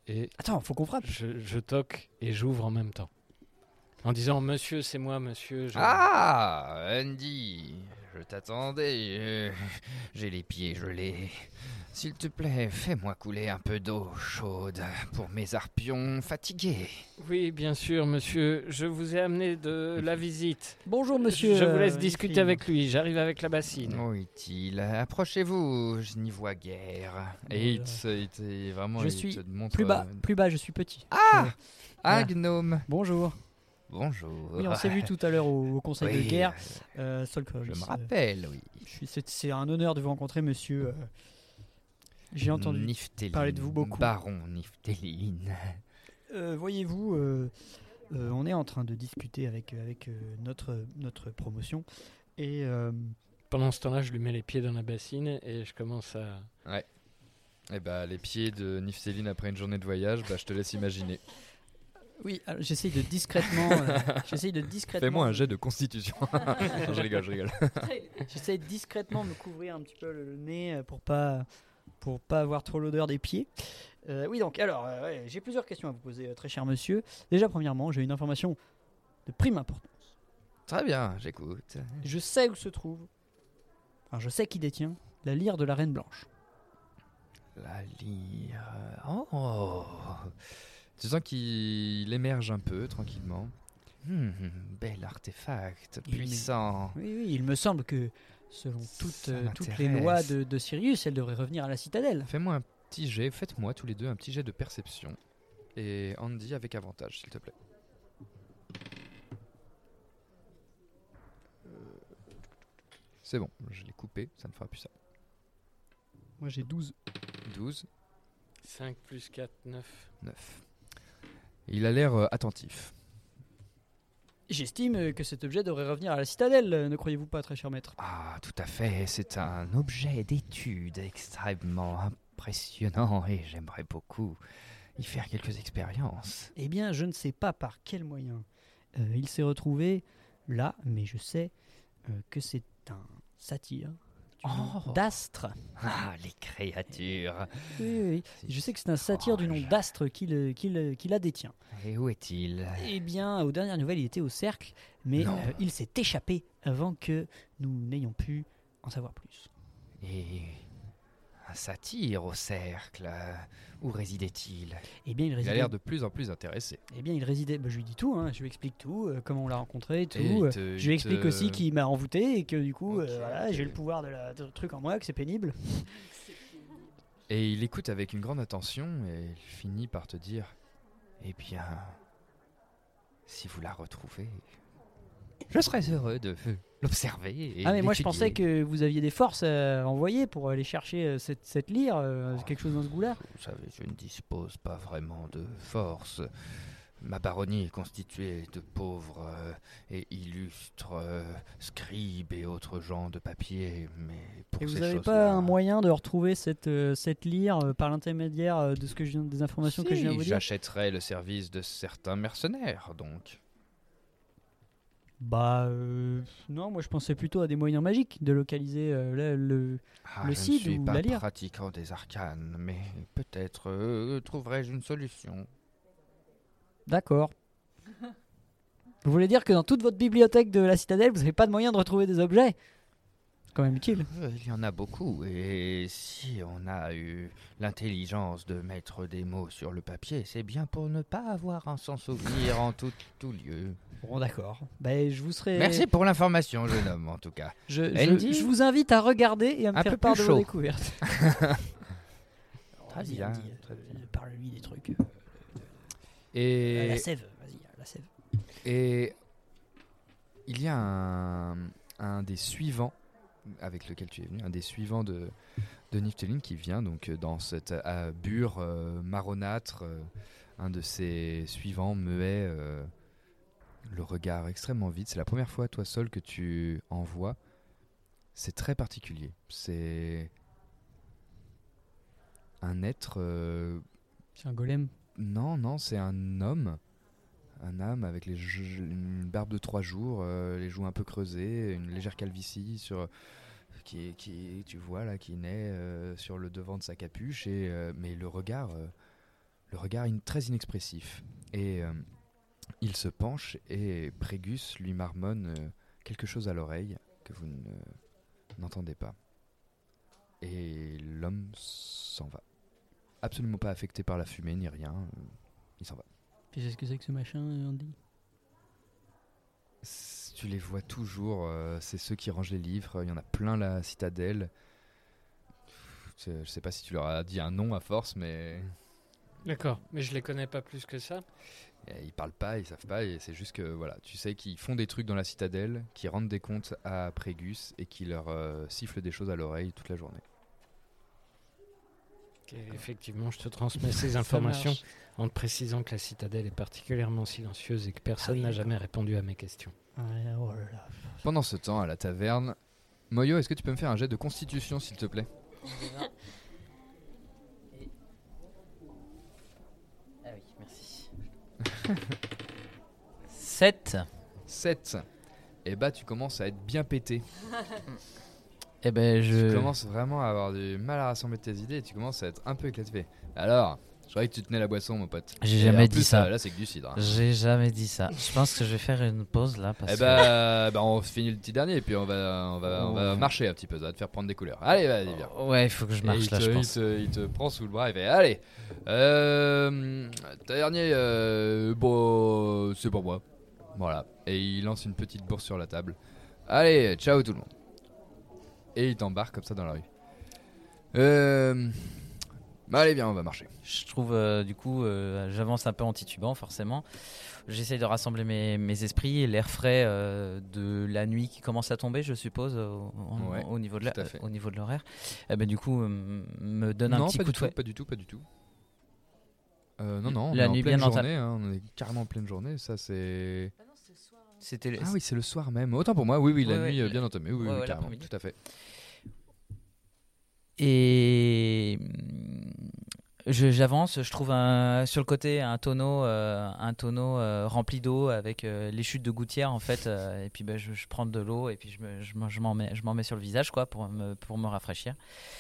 Et Attends, faut qu'on frappe. je toque et j'ouvre en même temps. En disant, monsieur, c'est moi, monsieur. Ah, Andy, je t'attendais. J'ai les pieds gelés. S'il te plaît, fais-moi couler un peu d'eau chaude pour mes arpions fatigués. Oui, bien sûr, monsieur. Je vous ai amené de la visite. Bonjour, monsieur. Je vous laisse discuter avec lui. J'arrive avec la bassine. Où est-il? Approchez-vous, je n'y vois guère. Et il te vraiment, Je il suis te montre, plus bas, je suis petit. Ah, un Voilà. gnome. Bonjour. Bonjour. Oui, on s'est vu tout à l'heure au conseil Oui, de guerre. Solkovic. je me rappelle, oui. C'est un honneur de vous rencontrer, monsieur. J'ai entendu Niftéline, parler de vous beaucoup. Baron Niftéline. Voyez-vous, on est en train de discuter avec notre promotion. Et Pendant ce temps-là, je lui mets les pieds dans la bassine et je commence à... Ouais. Et bah, les pieds de Niftéline après une journée de voyage, bah, je te laisse imaginer. oui, alors, j'essaye de discrètement. Fais-moi un jet de constitution. Non, je rigole. J'essaye discrètement de me couvrir un petit peu le nez pour pas avoir trop l'odeur des pieds. Oui, donc, alors, ouais, j'ai plusieurs questions à vous poser, très cher monsieur. Déjà, premièrement, j'ai une information de prime importance. Très bien, j'écoute. Je sais où se trouve, enfin, je sais qui détient la lyre de la Reine Blanche. La lyre. Oh. Tu sens qu'il émerge un peu tranquillement. Bel artefact, puissant. Oui, il me semble que selon toutes les m'intéresse. lois de Sirius, elle devrait revenir à la citadelle. Fais-moi un petit jet, faites-moi tous les deux un petit jet de perception. Et Andy avec avantage, s'il te plaît. C'est bon, je l'ai coupé, ça ne fera plus ça. Moi j'ai 12. 12. 5 plus 4, 9. 9. Il a l'air attentif. J'estime que cet objet devrait revenir à la citadelle, ne croyez-vous pas, très cher maître? Ah, tout à fait, c'est un objet d'étude extrêmement impressionnant et j'aimerais beaucoup y faire quelques expériences. Eh bien, je ne sais pas par quel moyen il s'est retrouvé là, mais je sais que c'est un satyre du nom d'Astre. Ah, les créatures. Oui. Je sais que c'est un satyre du nom d'Astre qui la détient. Et où est-il? Eh bien, aux dernières nouvelles, il était au cercle, mais il s'est échappé avant que nous n'ayons pu en savoir plus. Et un satyre au cercle, où résidait-il? Eh bien, il a l'air de plus en plus intéressé. Eh bien, il résidait. Je lui dis tout, je lui explique tout, comment on l'a rencontré, et tout. Je lui il explique te- aussi qu'il m'a envoûté et que du coup, Ok, voilà, ok. j'ai le pouvoir de truc en moi, que c'est pénible. Et il écoute avec une grande attention et il finit par te dire: eh bien, si vous la retrouvez, je serais heureux de l'observer et Mais moi je l'étudier. pensais que vous aviez des forces à envoyer pour aller chercher cette lyre, quelque chose dans ce goût-là. Vous savez, je ne dispose pas vraiment de force. Ma baronnie est constituée de pauvres et illustres scribes et autres gens de papier, mais pour Et vous ces n'avez choses-là... pas un moyen de retrouver cette lyre par l'intermédiaire de ce que des informations que je viens de vous dire? J'achèterais le service de certains mercenaires, donc. Non, moi je pensais plutôt à des moyens magiques de localiser le Je ne site suis ou pas la lyre. pratiquant des arcanes, mais peut-être trouverai-je une solution. D'accord. Vous voulez dire que dans toute votre bibliothèque de la citadelle, vous n'avez pas de moyen de retrouver des objets? C'est quand même utile. Il y en a beaucoup, et si on a eu l'intelligence de mettre des mots sur le papier, c'est bien pour ne pas avoir un sans souvenir en tout lieu. Bon, d'accord. Je vous serai... Merci pour l'information, jeune homme, en tout cas. Andy, Je vous invite à regarder et à me un faire peu part plus de vos chaud. découvertes. Très bien. Parle-lui des trucs. Et... La sève, vas-y, la sève. Et il y a un des suivants avec lequel tu es venu, un des suivants de Niftéline qui vient donc dans cette bure marronâtre, un de ses suivants muet, le regard extrêmement vide. C'est la première fois, toi seul, que tu en vois. C'est très particulier. C'est un être... C'est un golem? Non, c'est un homme. Un homme avec une barbe de 3 jours, les joues un peu creusées, une légère calvitie qui tu vois là, qui naît sur le devant de sa capuche, mais le regard le regard très inexpressif. Et il se penche et Prégus lui marmonne quelque chose à l'oreille que vous n'entendez pas. Et l'homme s'en va. Absolument pas affecté par la fumée ni rien. Il s'en va. Tu sais ce que c'est que ce machin, Andy ? Tu les vois toujours. C'est ceux qui rangent les livres. Il y en a plein la citadelle. Je sais pas si tu leur as dit un nom à force, mais... D'accord, mais je les connais pas plus que ça. Et ils parlent pas, ils savent pas, et c'est juste que voilà, tu sais qu'ils font des trucs dans la citadelle, qui rendent des comptes à Prégus et qui leur sifflent des choses à l'oreille toute la journée. Okay, effectivement, je te transmets ces informations en te précisant que la citadelle est particulièrement silencieuse et que personne n'a jamais répondu à mes questions. Pendant ce temps, à la taverne, Moyo, est-ce que tu peux me faire un jet de constitution, s'il te plaît ? Ah oui, merci. 7. Et bah tu commences à être bien pété. Eh ben Tu commences vraiment à avoir du mal à rassembler tes idées et tu commences à être un peu éclaté. Alors, je croyais que tu tenais la boisson, mon pote. J'ai jamais dit ça. Là, c'est que du cidre. Hein. J'ai jamais dit ça. Je pense que je vais faire une pause là. Parce on finit le petit dernier et puis on va marcher un petit peu. Ça va te faire prendre des couleurs. Allez, vas-y, viens. Ouais, il faut que je marche là, je pense. Il te prend sous le bras et fait allez. Dernier, c'est pour moi. Voilà. Et il lance une petite bourse sur la table. Allez, ciao tout le monde. Et il t'embarque comme ça dans la rue. Allez, viens, on va marcher. Je trouve, du coup, j'avance un peu en titubant, forcément. J'essaye de rassembler mes esprits, l'air frais de la nuit qui commence à tomber, je suppose, au niveau de l'horaire. Du coup, me donne un petit coup de fouet. Pas du tout. Non, on la est nuit en pleine bien journée. On est carrément en pleine journée. Ça, c'est... Ah oui, c'est le soir même. Autant pour moi, oui, la nuit bien entamée. Oui, carrément, tout à fait. Et j'avance, je trouve sur le côté un tonneau rempli d'eau avec les chutes de gouttières en fait. Et puis je prends de l'eau et puis je m'en mets sur le visage quoi pour me rafraîchir.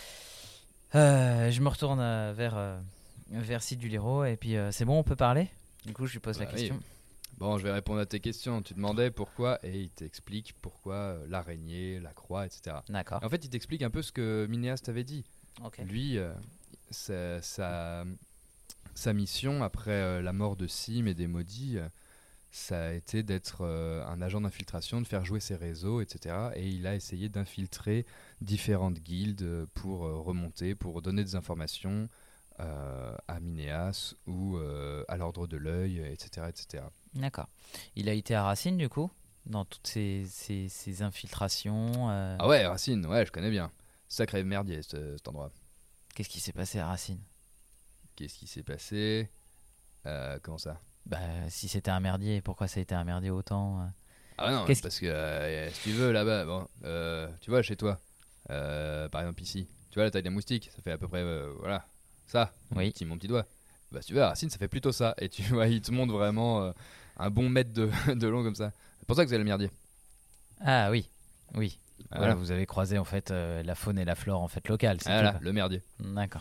Je me retourne vers Siduliro et puis c'est bon, on peut parler. Du coup, je lui pose la question. Oui. Bon, je vais répondre à tes questions. Tu demandais pourquoi, et il t'explique pourquoi l'araignée, la croix, etc. D'accord. En fait, il t'explique un peu ce que Minéas t'avait dit. Okay. Lui, sa mission après la mort de Sim et des maudits, ça a été d'être un agent d'infiltration, de faire jouer ses réseaux, etc. Et il a essayé d'infiltrer différentes guildes pour remonter, pour donner des informations à Minéas ou à l'ordre de l'œil, etc., etc. D'accord. Il a été à Racine du coup dans toutes ces infiltrations. Ah ouais, Racine, ouais, je connais bien. Sacré merdier cet endroit. Qu'est-ce qui s'est passé à Racine ? Qu'est-ce qui s'est passé ? Comment ça ? Si c'était un merdier, pourquoi ça a été un merdier autant Ah non, parce que si tu veux là-bas, bon, tu vois chez toi, par exemple ici, tu vois la taille d'un moustique, ça fait à peu près, voilà, ça, oui. Mon petit doigt. Bah si tu veux, à Racine, ça fait plutôt ça. Et tu vois, il te montre vraiment un bon mètre de long comme ça. C'est pour ça que c'est le merdier. Ah oui. Voilà, vous avez croisé en fait la faune et la flore en fait locale. Voilà, le merdier. D'accord.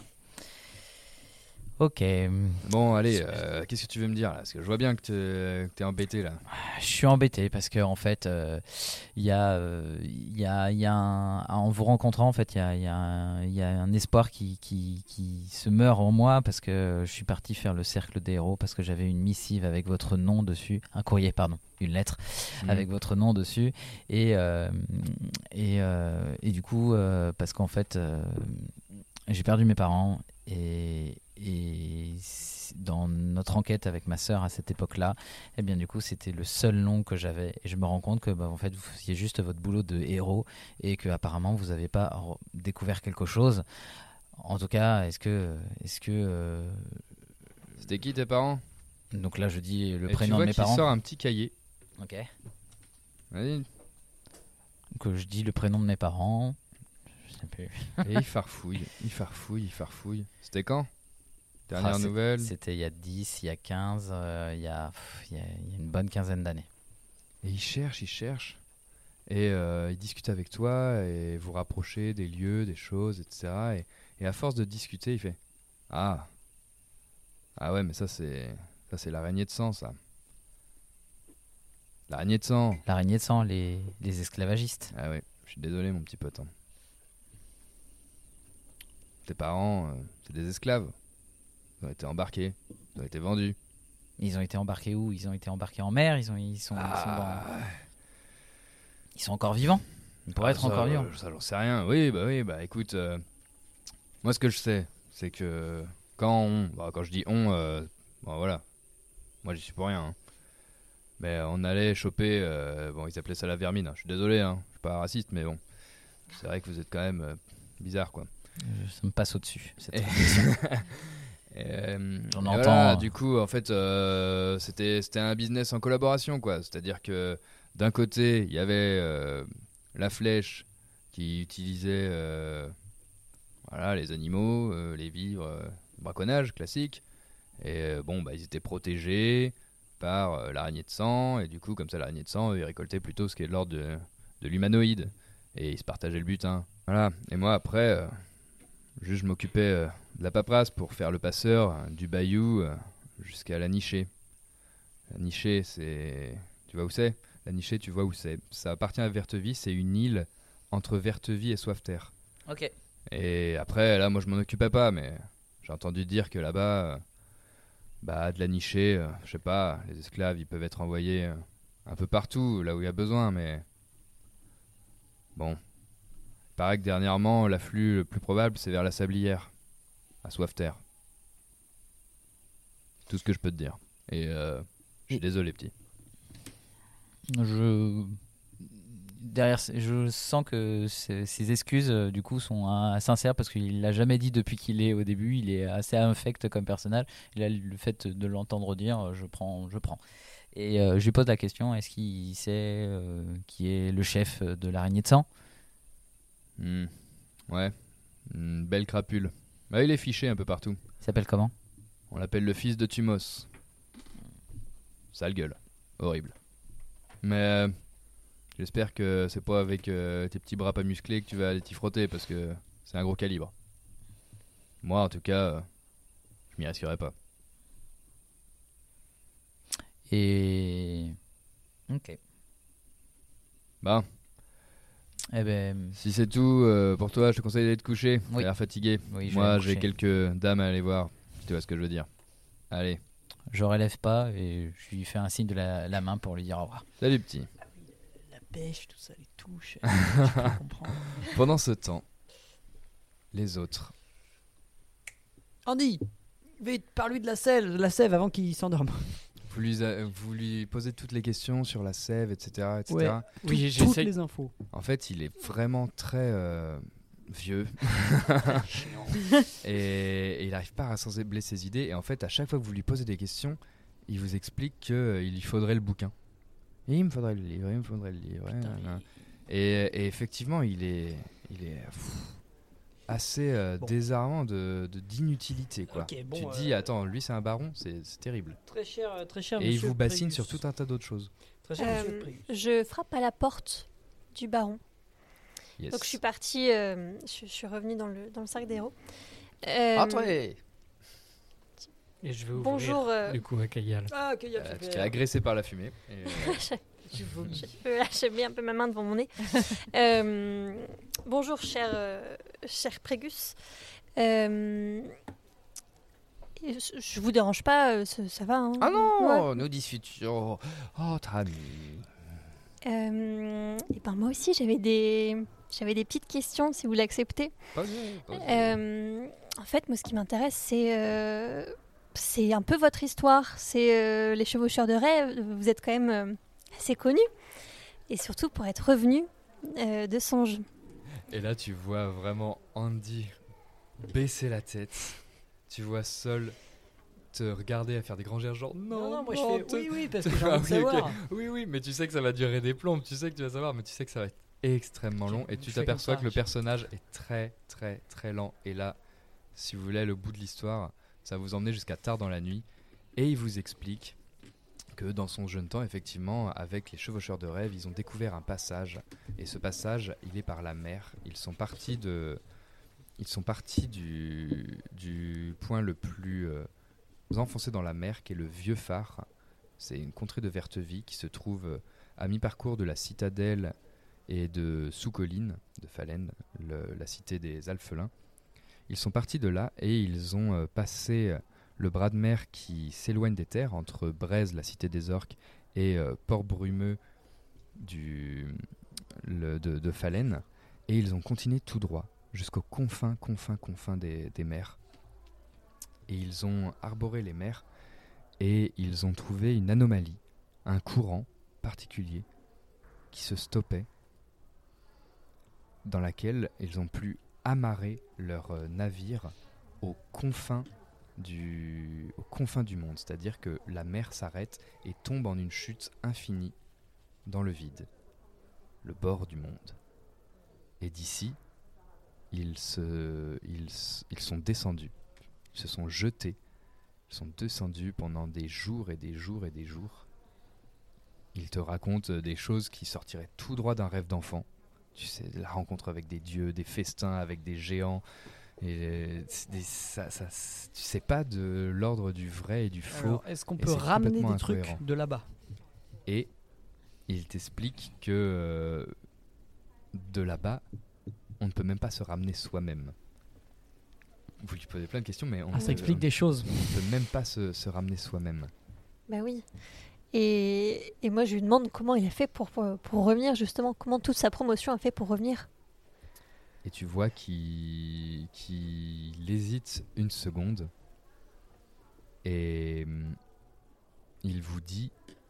Ok. Bon, allez, qu'est-ce que tu veux me dire là ? Parce que je vois bien que t'es embêté là. Je suis embêté parce que en fait, il y a en vous rencontrant, en fait, il y a un espoir qui se meurt en moi parce que je suis parti faire le cercle des héros parce que j'avais une missive avec votre nom dessus, une lettre avec votre nom dessus et du coup parce qu'en fait j'ai perdu mes parents et dans notre enquête avec ma sœur à cette époque-là, eh bien du coup c'était le seul nom que j'avais et je me rends compte que en fait vous faisiez juste votre boulot de héros et que apparemment vous n'avez pas découvert quelque chose. En tout cas, est-ce que c'était qui tes parents ? Donc là je dis le prénom de mes parents. Tu sort un petit cahier. Ok. Vas-y. Donc je dis le prénom de mes parents. Je sais plus. Et il farfouille. C'était quand ? Dernière nouvelle ? C'était il y a 10, il y a 15, il y a une bonne quinzaine d'années. Et il cherche. Et il discute avec toi et vous rapprochez des lieux, des choses, etc. Et à force de discuter, il fait « Ah, Ah ouais, mais ça c'est l'araignée de sang, ça. L'araignée de sang. L'araignée de sang, les esclavagistes. Ah ouais, je suis désolé mon petit pote. Tes parents, c'est des esclaves. Ils ont été embarqués, ils ont été vendus. Ils ont été embarqués où? Ils ont été embarqués en mer. Ils sont encore vivants. Ils pourraient être encore vivants. Ça, j'en sais rien. Oui, bah écoute, moi ce que je sais, c'est que quand je dis on, voilà, moi j'y suis pour rien. Hein. Mais on allait choper, ils appelaient ça la vermine. Hein. Je suis désolé, hein, je suis pas raciste, mais bon, c'est vrai que vous êtes quand même bizarre, quoi. Ça me passe au-dessus, cette on entend. Voilà, du coup, en fait, c'était un business en collaboration, quoi. C'est-à-dire que d'un côté, il y avait la flèche qui utilisait les animaux, les vivres, braconnage classique. Et ils étaient protégés par l'araignée de sang. Et du coup, comme ça, l'araignée de sang, ils récoltaient plutôt ce qui est de l'ordre de l'humanoïde. Et ils se partageaient le butin. Voilà. Et moi, après, je m'occupais de la paperasse pour faire le passeur du bayou jusqu'à la Nichée. La Nichée, c'est... Tu vois où c'est ? La Nichée, tu vois où c'est. Ça appartient à Vertevie, c'est une île entre Vertevie et Soifter. Ok. Et après, là, moi, je m'en occupais pas, mais j'ai entendu dire que là-bas, de la Nichée, je sais pas, les esclaves, ils peuvent être envoyés un peu partout, là où il y a besoin, mais... Bon. Il paraît que dernièrement, l'afflux le plus probable, c'est vers la Sablière, à Soifter. C'est tout ce que je peux te dire. Et je suis désolé, petit. Je sens que ces excuses du coup sont sincères parce qu'il l'a jamais dit depuis qu'il est au début. Il est assez infect comme personnage. Et là, le fait de l'entendre dire, je prends. Et je lui pose la question, est-ce qu'il sait qui est le chef de l'araignée de sang? Ouais, une belle crapule. Il est fiché un peu partout. Il s'appelle comment? On l'appelle le fils de Tumos. Sale gueule, horrible. Mais j'espère que c'est pas avec tes petits bras pas musclés que tu vas aller t'y frotter parce que c'est un gros calibre. Moi, en tout cas, je m'y risquerai pas. Et... Ok. Bon. Eh ben... Si c'est tout pour toi, je te conseille d'aller te coucher. Oui. T'as l'air fatigué. Oui, moi, j'ai quelques dames à aller voir. Tu vois ce que je veux dire. Allez. Je relève pas et je lui fais un signe de la main pour lui dire au revoir. Salut, petit. La pêche, tout ça, les touches. Je peux comprendre. Pendant ce temps, les autres. Andy, vite, parle-lui de la sève avant qu'il s'endorme. Vous lui posez toutes les questions sur la sève, etc. etc. Ouais. Oui, toutes les infos. En fait, il est vraiment très vieux. et il n'arrive pas à rassembler ses idées. Et en fait, à chaque fois que vous lui posez des questions, il vous explique qu'il lui faudrait le bouquin. Et il me faudrait le livre, Putain, et effectivement, il est assez désarmant d'inutilité, quoi. Okay, bon, tu te dis, attends, lui c'est un baron, c'est terrible. Très cher, et il vous bassine sur tout un tas d'autres choses. Très cher, monsieur je frappe à la porte du baron. Yes. Donc je suis partie, je suis revenue dans le cercle des héros. Entrez. Et je vais ouvrir bonjour, du coup à Kayal. Ah, Kayal, tu t'es agressé par la fumée. Je peux lâcher un peu ma main devant mon nez. Bonjour, cher Prégus. Je vous dérange pas, ça va, hein? Ah non, ouais. Nous discutions. Oh, très ami. Et ben moi aussi, j'avais des petites questions, si vous l'acceptez. En fait, moi, ce qui m'intéresse, c'est un peu votre histoire. C'est les chevaucheurs de rêve. Vous êtes quand même assez connus. Et surtout pour être revenu de songe. Et là, tu vois vraiment Andy baisser la tête. Tu vois Sol te regarder à faire des grands gestes genre non, moi je fais oui parce que j'ai envie de savoir. Okay. Oui, mais tu sais que ça va durer des plombs. Tu sais que tu vas savoir, mais tu sais que ça va être extrêmement long. Et tu t'aperçois que le personnage est très, très, très lent. Et là, si vous voulez aller au bout de l'histoire, ça va vous emmener jusqu'à tard dans la nuit. Et il vous explique que dans son jeune temps, effectivement, avec les chevaucheurs de rêve, ils ont découvert un passage. Et ce passage, il est par la mer. Ils sont partis du point le plus enfoncez dans la mer, qui est le Vieux Phare. C'est une contrée de Vertevie qui se trouve à mi-parcours de la citadelle et de Sous-Colline, de Falaine, la cité des Alphelins. Ils sont partis de là et ils ont passé le bras de mer qui s'éloigne des terres entre Braise, la cité des Orques, et Port-Brumeux de Falaine. Et ils ont continué tout droit jusqu'aux confins des mers. Et ils ont arboré les mers et ils ont trouvé une anomalie, un courant particulier qui se stoppait, dans laquelle ils ont pu amarrer leur navire aux confins du monde. C'est-à-dire que la mer s'arrête et tombe en une chute infinie dans le vide, le bord du monde. Et d'ici, ils sont descendus, ils se sont jetés, ils sont descendus pendant des jours et des jours et des jours. Ils te racontent des choses qui sortiraient tout droit d'un rêve d'enfant. Tu sais, la rencontre avec des dieux, des festins avec des géants. Et tu sais pas de l'ordre du vrai et du faux. Alors, est-ce qu'on peut ramener des trucs de là-bas ? Et il t'explique que de là-bas, on ne peut même pas se ramener soi-même. Vous lui posez plein de questions, mais ça explique des choses. On ne peut même pas se ramener soi-même. Bah oui. Et moi, je lui demande comment il a fait pour revenir, justement. Comment toute sa promotion a fait pour revenir. Et tu vois qu'il hésite une seconde. Et il vous dit...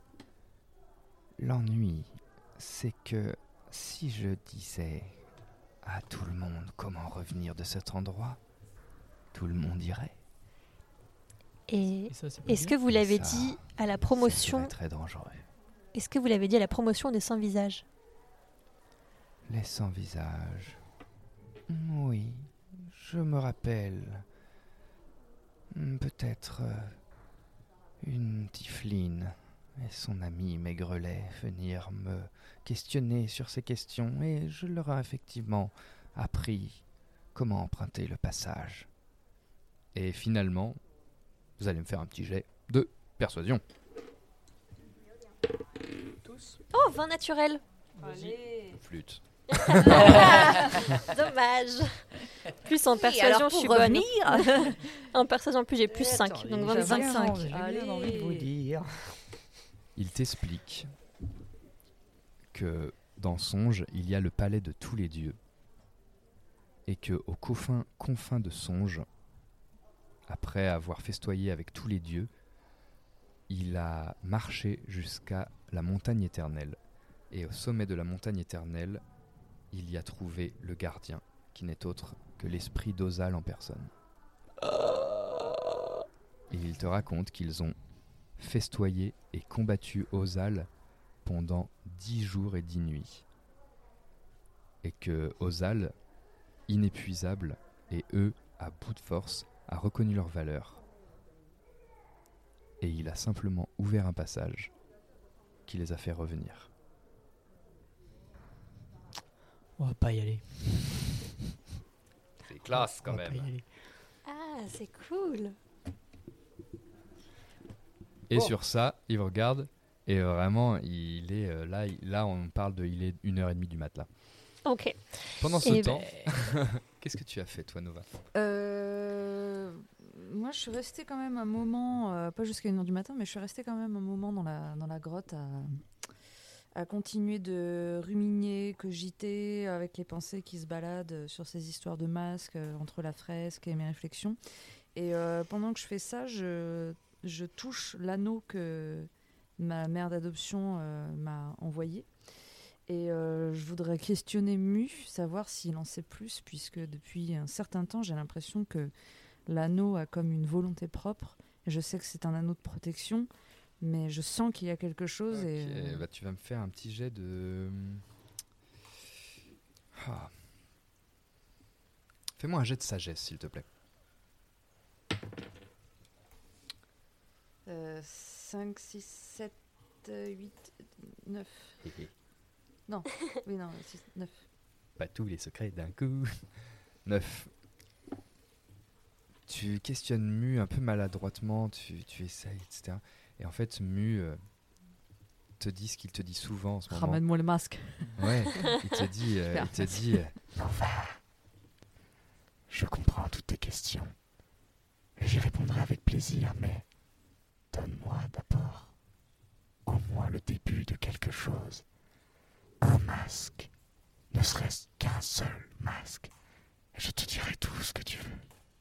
L'ennui, c'est que si je disais à tout le monde comment revenir de cet endroit, tout le monde irait. Et est-ce que vous l'avez dit à la promotion ? C'est très dangereux. Est-ce que vous l'avez dit à la promotion des Sans-Visages ? Les Sans-Visages. Oui, je me rappelle. Peut-être une Tifline et son ami Maigrelet venir me questionner sur ces questions et je leur ai effectivement appris comment emprunter le passage. Et finalement, vous allez me faire un petit jet de persuasion. Tous. Oh, 20 naturel. Allez. Flûte. Dommage. Plus en persuasion, je suis bonne. En persuasion, plus j'ai plus 5. Donc 25. J'ai bien envie de vous dire. Il t'explique que dans Songe, il y a le palais de tous les dieux et que aux confins de Songe, après avoir festoyé avec tous les dieux, il a marché jusqu'à la montagne éternelle. Et au sommet de la montagne éternelle, il y a trouvé le gardien, qui n'est autre que l'esprit d'Ozal en personne. Et il te raconte qu'ils ont festoyé et combattu Ozal pendant 10 jours et 10 nuits. Et que Ozal, inépuisable, et eux, à bout de force, a reconnu leur valeur. Et il a simplement ouvert un passage qui les a fait revenir. On va pas y aller. C'est classe quand même. Ah, c'est cool. Et sur ça, il vous regarde et vraiment, il est là on parle de, il est 1h30 du mat là. Ok. Pendant ce temps, qu'est-ce que tu as fait toi, Nova ? Moi, je suis restée quand même un moment, pas jusqu'à 1h du matin, mais je suis restée quand même un moment dans la grotte à continuer de ruminer, cogiter avec les pensées qui se baladent sur ces histoires de masques entre la fresque et mes réflexions. Et pendant que je fais ça, je touche l'anneau que ma mère d'adoption m'a envoyé. Et je voudrais questionner Mu, savoir s'il en sait plus, puisque depuis un certain temps, j'ai l'impression que l'anneau a comme une volonté propre. Et je sais que c'est un anneau de protection, mais je sens qu'il y a quelque chose. Okay. Et bah, tu vas me faire un petit jet de... Fais-moi un jet de sagesse, s'il te plaît. 5, 6, 7, 8, 9. Non, oui, non, 6, 9. Pas tous les secrets d'un coup. 9. tu questionnes Mu un peu maladroitement, tu essayes, etc. Et en fait, Mu te dit ce qu'il te dit souvent en ce moment. Ramène-moi le masque. Ouais, il te dit Enfin, je comprends toutes tes questions. Et j'y répondrai avec plaisir, mais donne-moi d'abord au moins le début de quelque chose. Un masque. Ne serait-ce qu'un seul masque. Et je te dirai tout ce que tu veux.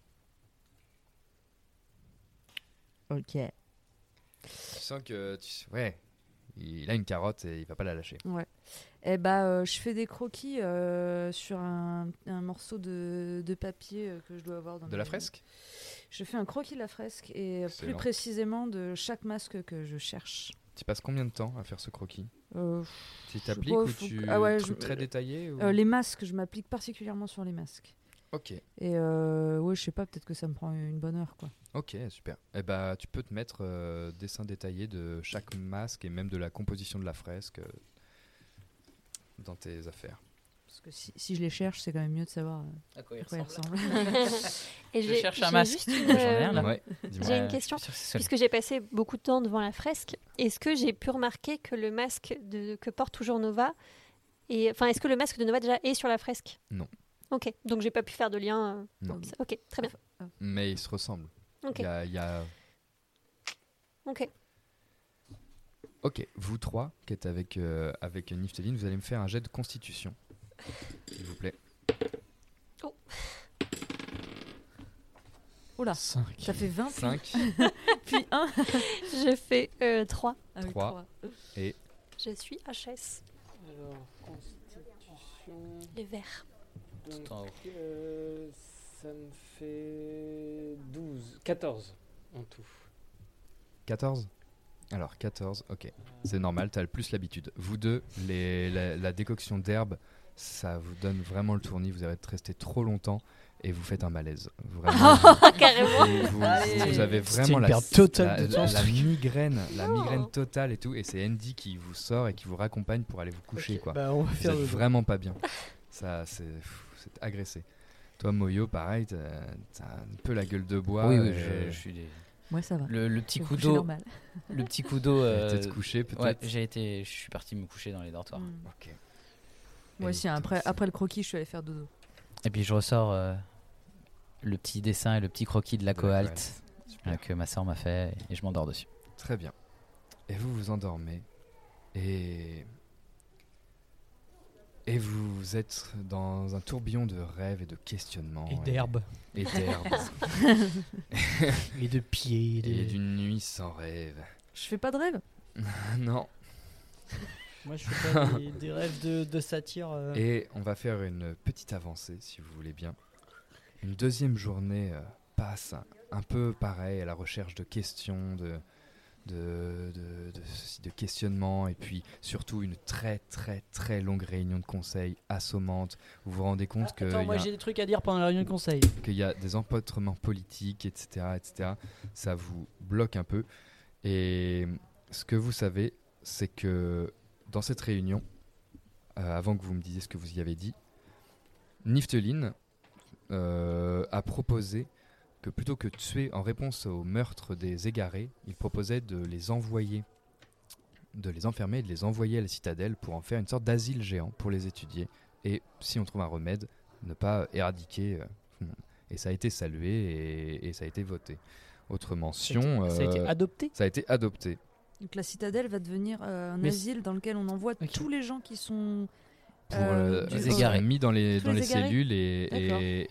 Ok. tu sens que ouais, il a une carotte et il va pas la lâcher. Ouais. Je fais des croquis sur un morceau de papier que je dois avoir dans De la fresque. Je fais un croquis de la fresque et Excellent. plus précisément de chaque masque que je cherche. Tu passes combien de temps à faire ce croquis? Tu Je sais t'appliques pas, ou tu truc très détaillé ou... Les masques, je m'applique particulièrement sur les masques. Ok. Et je sais pas, peut-être que ça me prend une bonne heure, quoi. Ok, super. Tu peux te mettre dessin détaillé de chaque masque et même de la composition de la fresque dans tes affaires. Parce que si je les cherche, c'est quand même mieux de savoir à quoi ils ressemblent. Et je cherche un masque. Juste J'en ai un, là. Ouais, j'ai une question. Puisque j'ai passé beaucoup de temps devant la fresque, est-ce que j'ai pu remarquer que le masque que porte toujours Nova, est-ce que le masque de Nova déjà est sur la fresque? Non. Ok, donc j'ai pas pu faire de lien. Non. Ok, très bien. Mais ils se ressemblent. Ok. Il y a... Ok. Ok, vous trois qui êtes avec Nifteline, vous allez me faire un jet de constitution, s'il vous plaît. Oh. Oula, 5. ça fait 20. 5. Puis 1. Je fais 3. Ah oui, 3. Et je suis HS. Alors, constitution. Les verts. Donc, ça me fait 14 en tout. 14 ? Alors 14, ok. C'est normal, t'as plus l'habitude. Vous deux, la décoction d'herbe, ça vous donne vraiment le tournis. Vous allez rester trop longtemps et vous faites un malaise. Vraiment. Carrément. Vous avez vraiment une perte totale de temps, la migraine totale et tout. Et c'est Andy qui vous sort et qui vous raccompagne pour aller vous coucher. Ok, Quoi. on va vous faire êtes vraiment pas bien. Ça, c'est agressé. Toi, Moyo, pareil, t'as un peu la gueule de bois. Oui, je suis des... Moi, ça va. Le petit Je coup coucher d'eau. normal. Le petit coup d'eau. Peut-être coucher, peut-être. Ouais, je suis parti me coucher dans les dortoirs. Ok. Moi aussi, après le croquis, je suis allé faire dodo. Et puis je ressors le petit dessin et le petit croquis de la Coalt que ma soeur m'a fait et je m'endors dessus. Très bien. Et vous vous endormez et vous êtes dans un tourbillon de rêves et de questionnements. Et d'herbe. Et d'herbe. Et de pieds. Et d'une nuit sans rêve. Je fais pas de rêve. Non. Moi, je fais pas des rêves de satire. Et on va faire une petite avancée, si vous voulez bien. Une deuxième journée passe un peu pareil, à la recherche de questions, de questionnements, et puis surtout une très très très longue réunion de conseil assommante. Vous vous rendez compte Attends, moi j'ai des trucs à dire pendant la réunion de conseil. Qu'il y a des empêtrements politiques, etc. Ça vous bloque un peu. Et ce que vous savez, c'est que dans cette réunion, avant que vous me disiez ce que vous y avez dit, Nifteline a proposé que plutôt que de tuer en réponse au meurtre des égarés, il proposait de les enfermer et de les envoyer à la citadelle pour en faire une sorte d'asile géant pour les étudier. Et si on trouve un remède, ne pas éradiquer tout le monde. Et ça a été salué et ça a été voté. Autre mention... Ça a été adopté ? Ça a été adopté. Donc la citadelle va devenir un asile dans lequel on envoie tous les gens qui sont... Ils sont mis dans les cellules et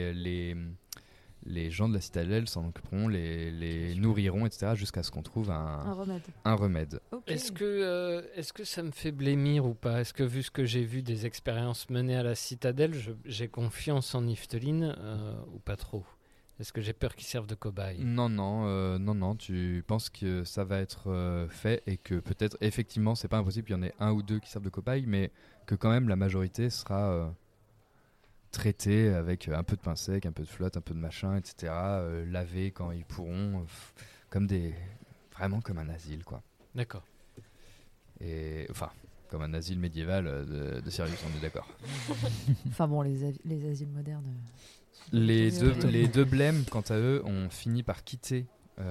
les gens de la citadelle s'en occuperont, les nourriront, etc. jusqu'à ce qu'on trouve un remède. Okay. Est-ce que ça me fait blêmir ou pas? Est-ce que vu ce que j'ai vu des expériences menées à la citadelle, j'ai confiance en Nifteline ou pas trop? Est-ce que j'ai peur qu'ils servent de cobaye? Non, tu penses que ça va être fait et que peut-être effectivement c'est pas impossible qu'il y en ait un ou deux qui servent de cobaye, mais que quand même la majorité sera traitée avec un peu de pain sec, un peu de flotte, un peu de machin, etc. Lavée quand ils pourront, vraiment comme un asile, quoi. D'accord. Et enfin, comme un asile médiéval de Sirius, on est d'accord. Enfin bon, les asiles modernes Les deux blêmes, quant à eux, ont fini par quitter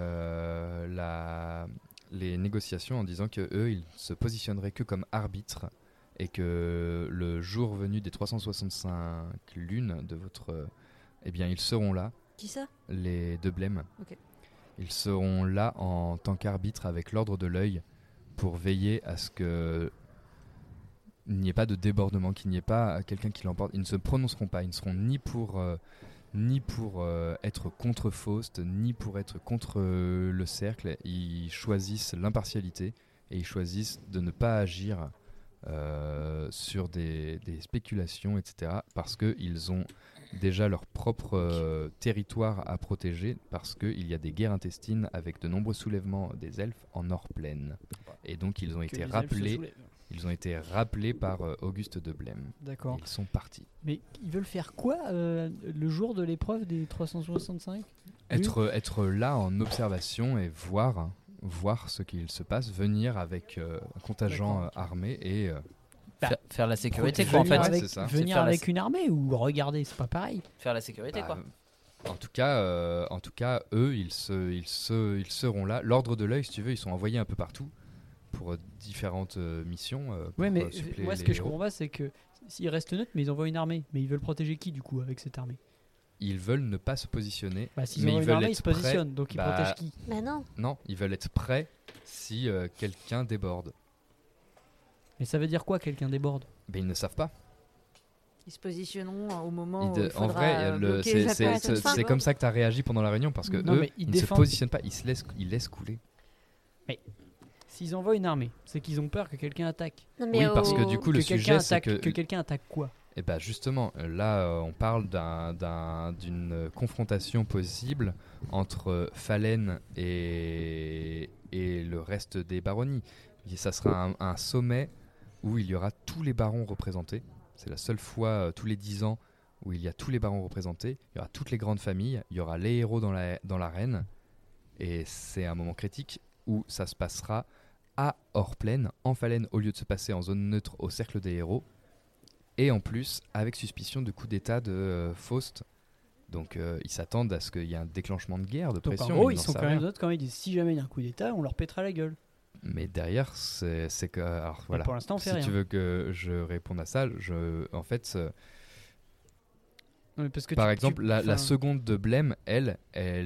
les négociations en disant que eux, ils se positionneraient que comme arbitres et que le jour venu des 365 lunes de votre... eh bien, ils seront là. Qui ça ? Les deux blêmes. Ok. Ils seront là en tant qu'arbitres avec l'ordre de l'œil pour veiller à ce que il n'y ait pas de débordement, qu'il n'y ait pas quelqu'un qui l'emporte. Ils ne se prononceront pas, ils ne seront ni pour être contre Faust, ni pour être contre le cercle. Ils choisissent l'impartialité et ils choisissent de ne pas agir sur des spéculations, etc. Parce qu'ils ont déjà leur propre territoire à protéger, parce qu'il y a des guerres intestines avec de nombreux soulèvements des elfes en Orplaine. Et donc ils ont été rappelés par Auguste de Blême. D'accord. Et ils sont partis. Mais ils veulent faire quoi le jour de l'épreuve des 365 ? Être là en observation et voir ce qu'il se passe, venir avec un contingent armé et faire la sécurité, quoi, en fait. Venir avec une armée ou regarder, c'est pas pareil. Faire la sécurité, quoi. En tout cas, eux, ils seront là. L'ordre de l'œil, si tu veux, ils sont envoyés un peu partout pour différentes missions. Ouais, mais moi, ce que je comprends pas, c'est que s'ils restent neutres, mais ils envoient une armée. Mais ils veulent protéger qui, du coup, avec cette armée ? Ils veulent ne pas se positionner. S'ils envoient une armée, ils se positionnent. Donc ils protègent qui ? Non. Non, ils veulent être prêts si quelqu'un déborde. Mais ça veut dire quoi, quelqu'un déborde ? Ils ne savent pas. Ils se positionneront au moment où il faudra en vrai, c'est comme ça que tu as réagi pendant la réunion, parce que eux, ils ne se positionnent pas, ils laissent couler. Mais s'ils envoient une armée, c'est qu'ils ont peur que quelqu'un attaque. Oui, parce que du coup, le sujet, c'est que quelqu'un attaque quoi ? Et bah justement, là, on parle d'une confrontation possible entre Fallen et le reste des baronnies. Et ça sera un sommet où il y aura tous les barons représentés. C'est la seule fois tous les 10 ans où il y a tous les barons représentés. Il y aura toutes les grandes familles, il y aura les héros dans l'arène. Et c'est un moment critique où ça se passera à Orplaine, en Fallen, au lieu de se passer en zone neutre au cercle des héros. Et en plus, avec suspicion de coup d'état de Faust. Donc ils s'attendent à ce qu'il y ait un déclenchement de guerre, de pression. En gros, ils sont quand même d'autres quand ils disent si jamais il y a un coup d'état, on leur pètera la gueule. Mais derrière, c'est que... Alors, voilà. Pour l'instant, on fait rien. Si tu veux que je réponde à ça, en fait... Non, parce que par exemple, la seconde de Blême, elle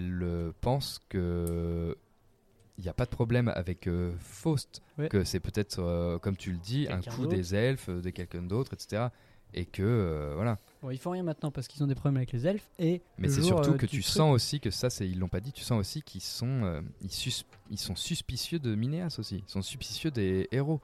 pense que... Il n'y a pas de problème avec Faust, que c'est peut-être, comme tu le dis, un coup des elfes, de quelqu'un d'autre, etc. Et que, voilà. Bon, ils font rien maintenant parce qu'ils ont des problèmes avec les elfes. Mais c'est surtout que tu sens aussi que ça, ils l'ont pas dit, tu sens aussi qu'ils sont, ils sont suspicieux de Minéas aussi. Ils sont suspicieux des héros.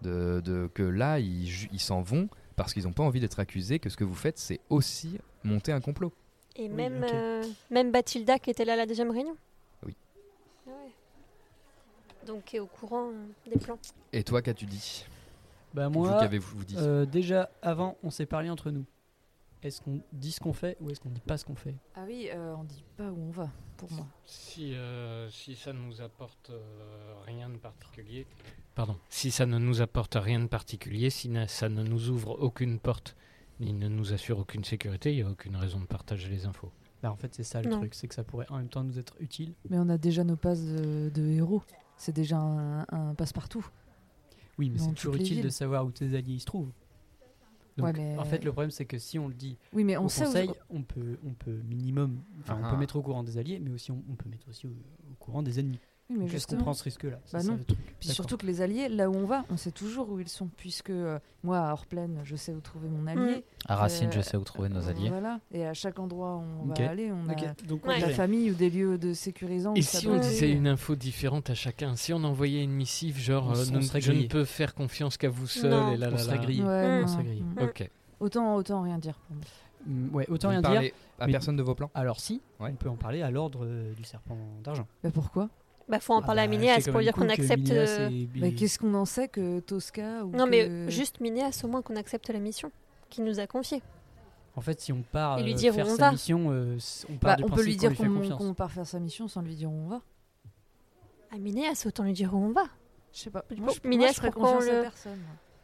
Que là, ils s'en vont parce qu'ils n'ont pas envie d'être accusés, que ce que vous faites, c'est aussi monter un complot. Et même Bathilda qui était là à la deuxième réunion. Oui. Ouais. Donc, est au courant des plans. Et toi, qu'as-tu dit ? Bah moi, qu'avez-vous dit ? Déjà, avant, on s'est parlé entre nous. Est-ce qu'on dit ce qu'on fait ou est-ce qu'on dit pas ce qu'on fait ? Ah oui, on dit pas où on va, pour moi. Si ça ne nous apporte rien de particulier... Pardon. Si ça ne nous apporte rien de particulier, si ça ne nous ouvre aucune porte, ni ne nous assure aucune sécurité, il n'y a aucune raison de partager les infos. Bah en fait, c'est ça le truc, c'est que ça pourrait en même temps nous être utile. Mais on a déjà nos passes de héros. C'est déjà un passe-partout. Oui, mais c'est toujours utile de savoir où tes alliés se trouvent. Donc, en fait, le problème, c'est que si on le dit au conseil, on peut minimum... Enfin, on peut mettre au courant des alliés, mais aussi on peut mettre aussi au courant des ennemis. Oui, mais est-ce qu'on prend ce risque-là ? Bah non. Puis surtout que les alliés, là où on va, on sait toujours où ils sont, puisque moi, à Orplaine, je sais où trouver mon allié. À Racine, je sais où trouver nos alliés. Voilà. Et à chaque endroit où on va aller, on a donc, la famille ou des lieux de sécurisants. Et si on disait une info différente à chacun, si on envoyait une missive genre je ne peux faire confiance qu'à vous seul, et là, on serait grillé. Ouais, on serait grillé. Ok. Autant rien dire pour moi. Ouais, autant vous rien dire. À mais personne de vos plans. Alors si, on peut en parler à l'ordre du serpent d'argent. Bah pourquoi ? Bah faut en parler à Minéas pour dire qu'on accepte. Bah qu'est-ce qu'on en sait que Tosca ou non mais juste Minéas au moins qu'on accepte la mission qu'il nous a confiée. En fait, si on part et lui dire faire où on sa va. mission, on part du on principe peut lui dire qu'on qu'on part faire sa mission sans lui dire où on va. À Minéas, autant lui dire où on va. Je sais pas. Minéas, je ferais confiance à personne.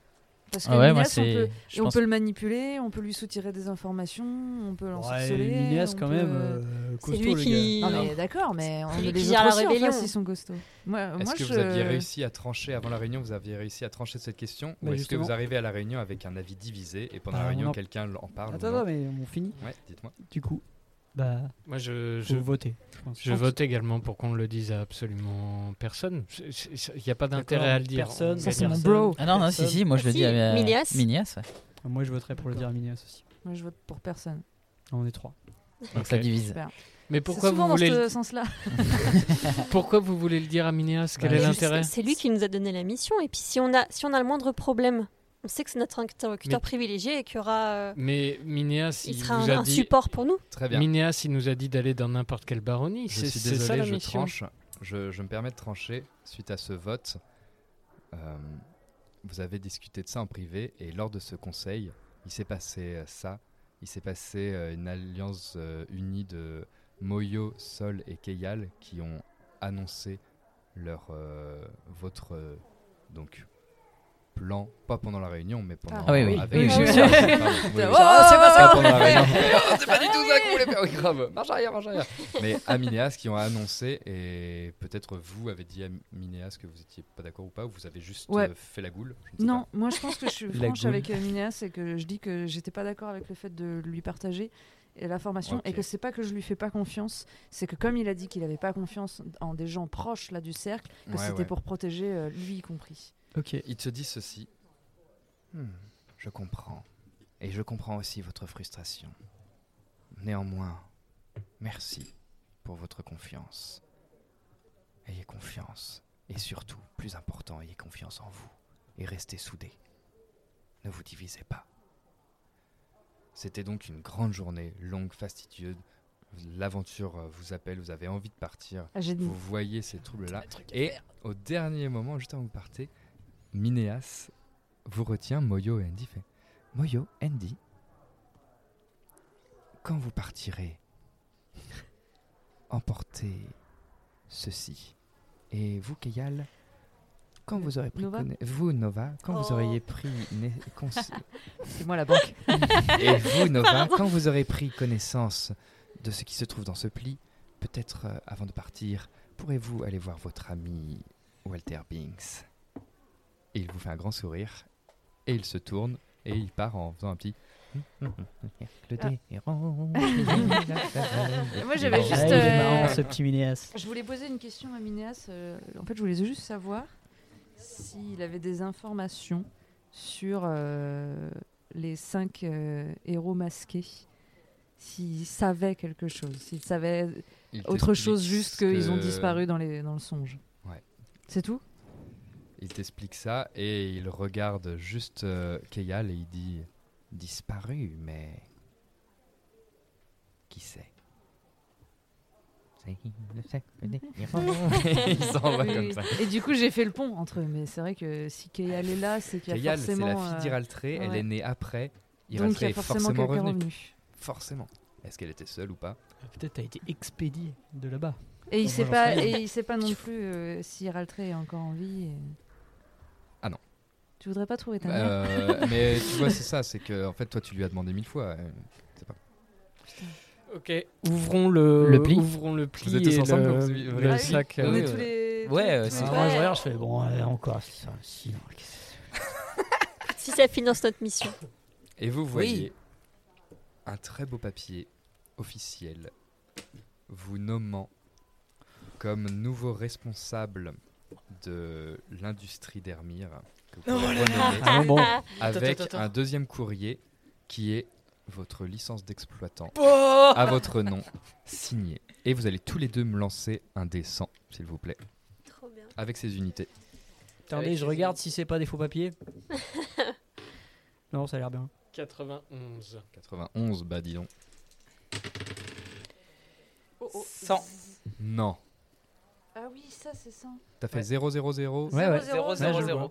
Parce que Ouais, moi, Minéas, je on pense- peut le manipuler, on peut lui soutirer des informations, on peut l'ensorceler. Minéas, on quand peut- même, C'est costaud, lui le qui. Non mais d'accord, mais on C'est lui a qui les gère autres la aussi en rébellion. face, ils sont costauds. Moi, Est-ce que je... vous aviez réussi à trancher avant la réunion? Vous aviez réussi à trancher cette question? Bah, Ou est-ce que justement. vous arrivez à la réunion avec un avis divisé et pendant Bah, la réunion on en- quelqu'un en parle? ou Attends, non mais on finit. Ouais, dites-moi. Du coup, bah, Moi, faut voter. Je pense. je vote également pour qu'on ne le dise à absolument personne. Il n'y a pas d'intérêt D'accord, à le dire. personne, On Ça, va c'est dire mon ça. bro. Ah non, non, si, moi je le Si, dis à Minéas. Minéas, ouais. Moi, je voterais pour le dire à Minéas aussi. Moi, je vote pour personne. On est 3. Donc ça divise. Super. Mais pourquoi C'est souvent vous voulez dans ce sens-là. pourquoi vous voulez le dire à Minéas? Quel est Juste, l'intérêt? C'est lui qui nous a donné la mission. Et puis si on a le moindre problème, on sait que c'est notre interlocuteur Mais- privilégié et qu'il y aura. Mais Minéas, Il il sera nous a un dit. support pour nous. Très bien. Minéas, il nous a dit d'aller dans n'importe quelle baronnie. Je C'est suis c'est ça désolé, la je mission. tranche. Je me permets de trancher suite à ce vote. Vous avez discuté de ça en privé et lors de ce conseil, il s'est passé ça. Il s'est passé une alliance unie de Moyo, Sol et Keyal qui ont annoncé votre donc plan, pas pendant la réunion, mais pendant. Ah oui, oui. avec- Oui, Pardon, oui. pardon, oui, oui. Oh, C'est pas ça oh, pendant la réunion. oh, Oh, c'est pas du tout ça qu'on voulait faire. Oui, grave. Marche arrière, marche arrière. Mais à Minéas qui ont annoncé, et peut-être vous avez dit à Minéas que vous étiez pas d'accord ou pas, ou vous avez juste Ouais. fait la goule. Je ne sais Non, pas. moi je pense que je suis La franche goule. avec Minéas, c'est que je dis que j'étais pas d'accord avec le fait de lui partager l'information Ok. et que c'est pas que je lui fais pas confiance, c'est que comme il a dit qu'il avait pas confiance en des gens proches là du cercle, que Ouais, c'était ouais. pour protéger lui y compris. Ok. Il te dit ceci. Je comprends. Et je comprends aussi votre frustration. Néanmoins, merci pour votre confiance. Ayez confiance. Et surtout, plus important, ayez confiance en vous. Et restez soudés. Ne vous divisez pas. C'était donc une grande journée, longue, fastidieuse. L'aventure vous appelle, vous avez envie de partir. Ah, j'ai dit. Vous voyez ces troubles-là. Et au dernier moment, juste avant que vous partez, Minéas vous retient. Moyo et Andy fait Moyo, Andy, quand vous partirez, emportez ceci. Et vous, Keyal, quand vous aurez pris Nova vous, Nova, quand vous Oh. auriez pris C'est moi la banque. et vous, Nova, quand vous aurez pris connaissance de ce qui se trouve dans ce pli, peut-être avant de partir, pourrez-vous aller voir votre ami Walter Binks. Et il vous fait un grand sourire, et il se tourne, et il part en faisant un petit... Le dérange. Moi j'avais juste. il est marrant ce petit Minéas. Je voulais poser une question à Minéas. En fait, je voulais juste savoir s'il avait des informations sur les 5 héros masqués. S'il savait quelque chose. S'il savait Il autre chose t'explique juste qu'ils ont que- disparu dans le songe. Ouais. C'est tout? Il t'explique ça, et il regarde juste Keyal, et il dit... Disparu, mais... Qui sait? Il s'en va Oui, comme oui. ça. Et du coup, j'ai fait le pont entre eux. Mais c'est vrai que si Keyal est là, c'est qu'il y a Keyal, c'est forcément. la fille d'Iraltré, elle ouais. est née après. Donc il y Iraltré a est forcément forcément quelqu'un revenue. revenu. Forcément. Est-ce qu'elle était seule ou pas? Peut-être a été expédié de là-bas. Et il Bon, sait moi, pas, j'en sais et il sait pas non plus si Iraltré est encore en vie. Ah non. Tu voudrais pas trouver ta mère? Mais tu vois, c'est ça, c'est que en fait, toi, tu lui as demandé 1000 fois. C'est pas... Ok, ouvrons le pli. Ouvrons le pli Vous êtes tous et ensemble le, quand vous- le Ah oui, sac. On est oui, tous les. Ouais, tous c'est les- Moi, je regarde, je fais bon, encore, c'est ça. Si, non, Si ça finance notre mission. Et vous voyez un très beau papier officiel vous nommant comme nouveau responsable de l'industrie d'Hermir, que vous pouvez renommer, Ah, bon. avec Attends. un deuxième courrier qui est votre licence d'exploitant Oh à votre nom, signé. Et vous allez tous les deux me lancer un dé 100, s'il vous plaît, Trop bien. avec ces unités. Attendez, je regarde si c'est pas des faux papiers. Non, ça a l'air bien. 91. 91, bah dis donc. 100. Non. Ah oui, ça c'est ça. T'as fait Ouais. 0, 0, 0. Ouais, ouais. 0, 0, 0, je 0.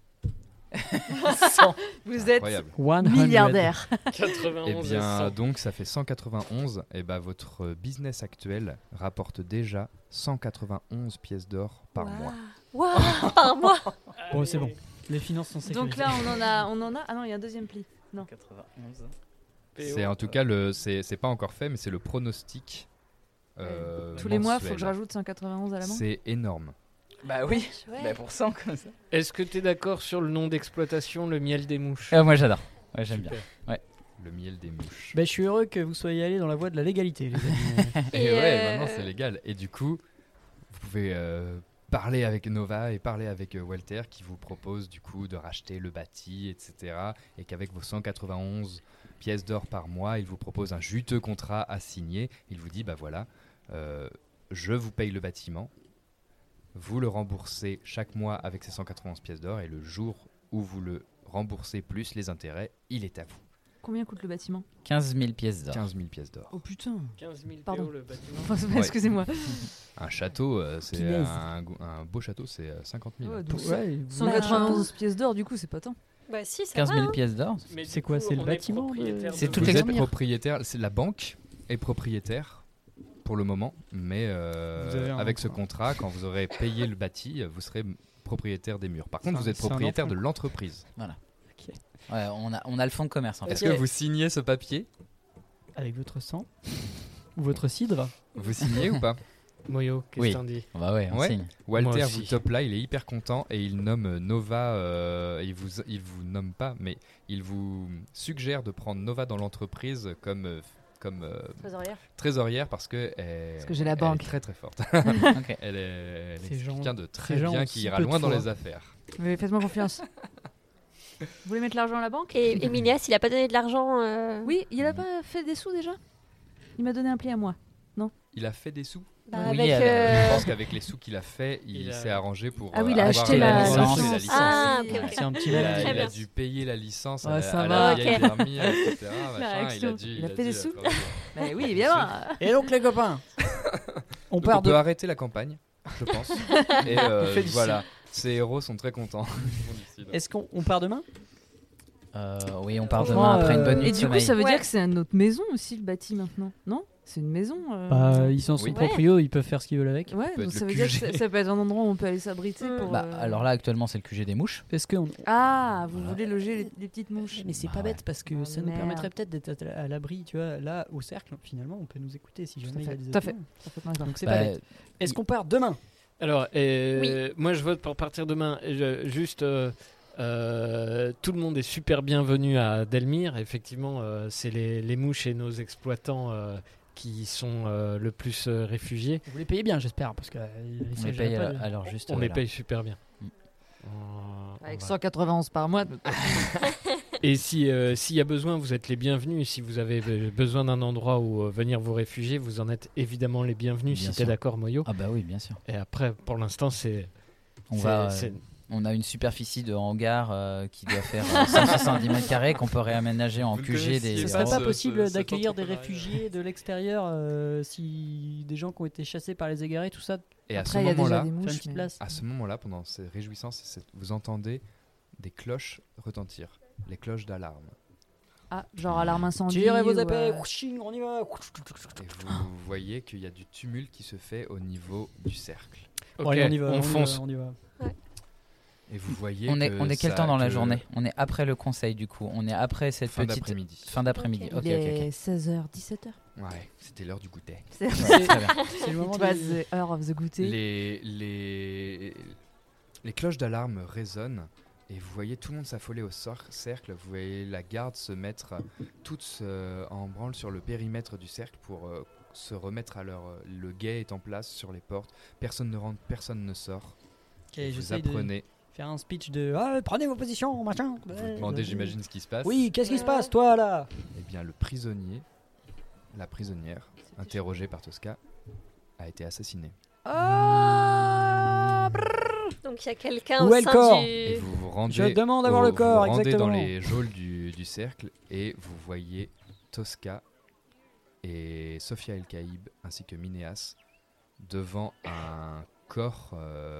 Vous êtes Incroyable. 100. milliardaire. 91 Eh et bien, 100. donc ça fait 191. Et bah, votre business actuel rapporte déjà 191 pièces d'or par mois. Waouh, par mois. Bon, c'est bon. Les finances sont sécurisées. Donc là, on en a. Ah non, il y a un deuxième pli. Non. 91. C'est en tout cas c'est pas encore fait, mais c'est le pronostic. Tous les mois, il mensuel. faut que je rajoute 191 à la main. C'est énorme. Bah oui, bah pour 100 comme ça. Est-ce que tu es d'accord sur le nom d'exploitation, le miel des mouches? Moi j'adore. Ouais, j'aime bien. Ouais. Le miel des mouches. Je suis heureux que vous soyez allés dans la voie de la légalité, les amis. Et ouais, maintenant c'est légal. Et du coup, vous pouvez parler avec Nova et parler avec Walter qui vous propose du coup de racheter le bâti, etc. Et qu'avec vos 191 pièces d'or par mois, il vous propose un juteux contrat à signer. Il vous dit, bah voilà, je vous paye le bâtiment, vous le remboursez chaque mois avec ces 191 pièces d'or et le jour où vous le remboursez plus les intérêts, il est à vous. Combien coûte le bâtiment? 15 000 pièces d'or. 15 000 pièces d'or. Oh putain. 15 000 Pardon. PO le bâtiment. Excusez-moi. Un château, c'est Punaise. un beau château, c'est 50 000. Ouais, donc Ouais, 191 pièces d'or, du coup, c'est pas tant. Bah si, c'est 15 vrai. 000 pièces d'or. Mais C'est du quoi, coup, c'est le on est bâtiment propriétaire C'est de- tout Vous êtes l'expert. propriétaire, c'est la banque est propriétaire pour le moment, mais Vous avez un avec ce emprunt. contrat, quand vous aurez payé le bâti, vous serez propriétaire des murs. Par contre, C'est vous êtes un propriétaire de emprunt. l'entreprise. Ouais, on a le fonds de commerce en fait. Est-ce que vous signez ce papier? Avec votre sang ou votre cidre. Vous signez ou pas? Moyo, qu'est-ce Oui. que t'en dis? Bah ouais, on Ouais. signe. Walter Moi vous aussi. top là, il est hyper content et il nomme Nova, il vous nomme pas, mais il vous suggère de prendre Nova dans l'entreprise comme Trésorière. trésorière parce que que j'ai la banque. Elle est très très forte. Ok. Elle est Ces gens- quelqu'un de très ces gens bien ont qui si ira peu de loin dans foi. les affaires. Mais faites-moi confiance. Vous voulez mettre l'argent à la banque? Et Minéas, il a pas donné de l'argent. Oui, il a pas fait des sous déjà? Il m'a donné un pli à moi. Il a fait des sous. Bah, Oui, avec, elle- Je pense qu'avec les sous qu'il a fait, il Il a- s'est arrangé pour Ah oui, il a avoir acheté la licence. licence. Ah, ok, ok. C'est un petit Il a, malin. Très il a bien. dû payer la licence Ouais, à ça la va. vieille Ok. permis, etc. machin. Il a réaction. dû, Il a fait des dû sous accorder. Bah oui, évidemment. Et donc les copains, on Donc, part on peut de. arrêter la campagne, je pense. Et fait du voilà, ces héros sont très contents. Est-ce qu'on part demain? Oui, on part Franchement, demain après une bonne nuit Et de du coup, sommeil. ça veut Ouais. dire que c'est notre maison aussi, le bâti maintenant. Non? C'est une maison. Ils sont Oui. proprios, ils peuvent faire ce qu'ils veulent avec. Ouais, peut donc être ça le veut dire que QG. ça peut être un endroit où on peut aller s'abriter Mm. pour. Bah, alors là, actuellement, c'est le QG des mouches. Est-ce qu'on. Ah, vous voulez loger les petites mouches. Mais c'est Bah pas ouais. bête parce que Ah, ça nous merde. permettrait peut-être d'être à l'abri, tu vois. Là, au cercle, finalement, on peut nous écouter si jamais il y a des Tout à fait. événements. Parfaitement d'accord. Donc c'est Bah, pas bête. Est-ce qu'on part demain? Alors, moi je vote pour partir demain. Juste, tout le monde est super bienvenu à Delmire. Effectivement, c'est les mouches et nos exploitants qui sont le plus réfugiés. Vous les payez bien, j'espère, parce que on les paye alors juste. On les voilà. paye super bien. Mm. Avec On va- 191 par mois. Et s'il y a besoin, vous êtes les bienvenus. Si vous avez besoin d'un endroit où venir vous réfugier, vous en êtes évidemment les bienvenus. Bien Si t'es sûr. d'accord, Moyo. Ah bah oui, bien sûr. Et après, pour l'instant, c'est. On c'est- va. c'est- On a une superficie de hangar qui doit faire 170 mètres carrés qu'on peut réaménager en Vous QG connaissiez des. Ce ça, serait pas ce- possible cet d'accueillir des entrepreneuriat. réfugiés de l'extérieur si des gens qui ont été chassés par les égarés, tout ça, Et à ce Après, il y a déjà moment-là, des faire une mouches. petite mais- place. à ce moment-là, pendant ces réjouissances, vous entendez des cloches retentir, les cloches d'alarme. Ah, genre alarme incendie. Tirez vos ou, épées, whooshing, on y va. Et vous voyez qu'il y a du tumulte qui se fait au niveau du cercle. Ok, Bon, allez, on y va, on fonce. on y va. Et vous voyez On est quel ça- temps dans la que- journée? On est après le conseil du coup. On est après cette Fin petite d'après-midi. fin d'après-midi. Il Ok, est ok, 16h, 17h. Ouais, c'était l'heure du goûter. C'est ok. Ouais, très bien. C'est le moment It was de... the hour of the goûter. Les cloches d'alarme résonnent et vous voyez tout le monde s'affoler au cercle. Vous voyez la garde se mettre toutes en branle sur le périmètre du cercle pour se remettre à l'heure. Le guet est en place sur les portes. Personne ne rentre, personne ne sort. Ok, Et vous j'essaye de apprenez. faire un speech de prenez vos positions, machin. Vous demandez, j'imagine, ce qui se passe. Oui, qu'est-ce qui se passe, toi, là? Eh bien, le prisonnier, la prisonnière, interrogée par Tosca, a été assassinée. Donc il y a quelqu'un Où au est le sein corps? Et du. vous vous rendez, Je demande à voir le corps, vous rendez exactement. dans les geôles du cercle et vous voyez Tosca et Sophia El Kaïb ainsi que Minéas devant un corps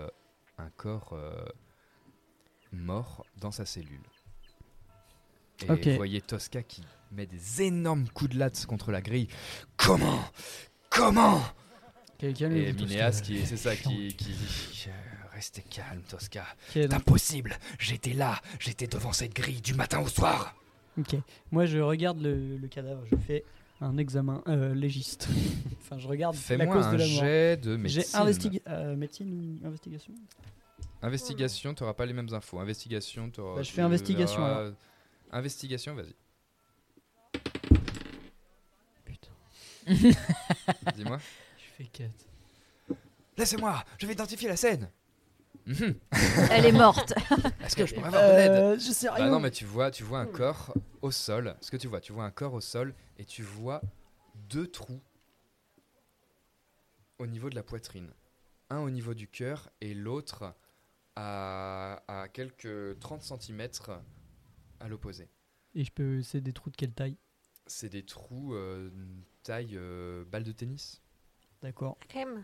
mort dans sa cellule. Et Ok. vous voyez Tosca qui met des énormes coups de latte contre la grille. Comment Quelqu'un Et Minéas qui Restez calme, Tosca. Ok, C'est donc- impossible. J'étais là. J'étais devant cette grille du matin au soir. Ok. Moi, je regarde le cadavre. Je fais un examen légiste. Enfin, je regarde la Fais-moi cause un de la mort. jet de J'ai médecine. médecine ou investigation. Investigation, tu n'auras pas les mêmes infos. Investigation, tu auras. Bah, je fais investigation, alors. Investigation, vas-y. Putain. Dis-moi. Je fais 4. Laissez-moi, je vais identifier la scène. Mhm. Elle est morte. Est-ce que je pourrais avoir de l'aide? Je sais Bah rien. non, mais tu vois un corps au sol. Ce que tu vois un corps au sol et tu vois 2 trous au niveau de la poitrine. Un au niveau du cœur et l'autre à quelques 30 cm à l'opposé. Et c'est des trous de quelle taille? C'est des trous taille balle de tennis. D'accord. Crème.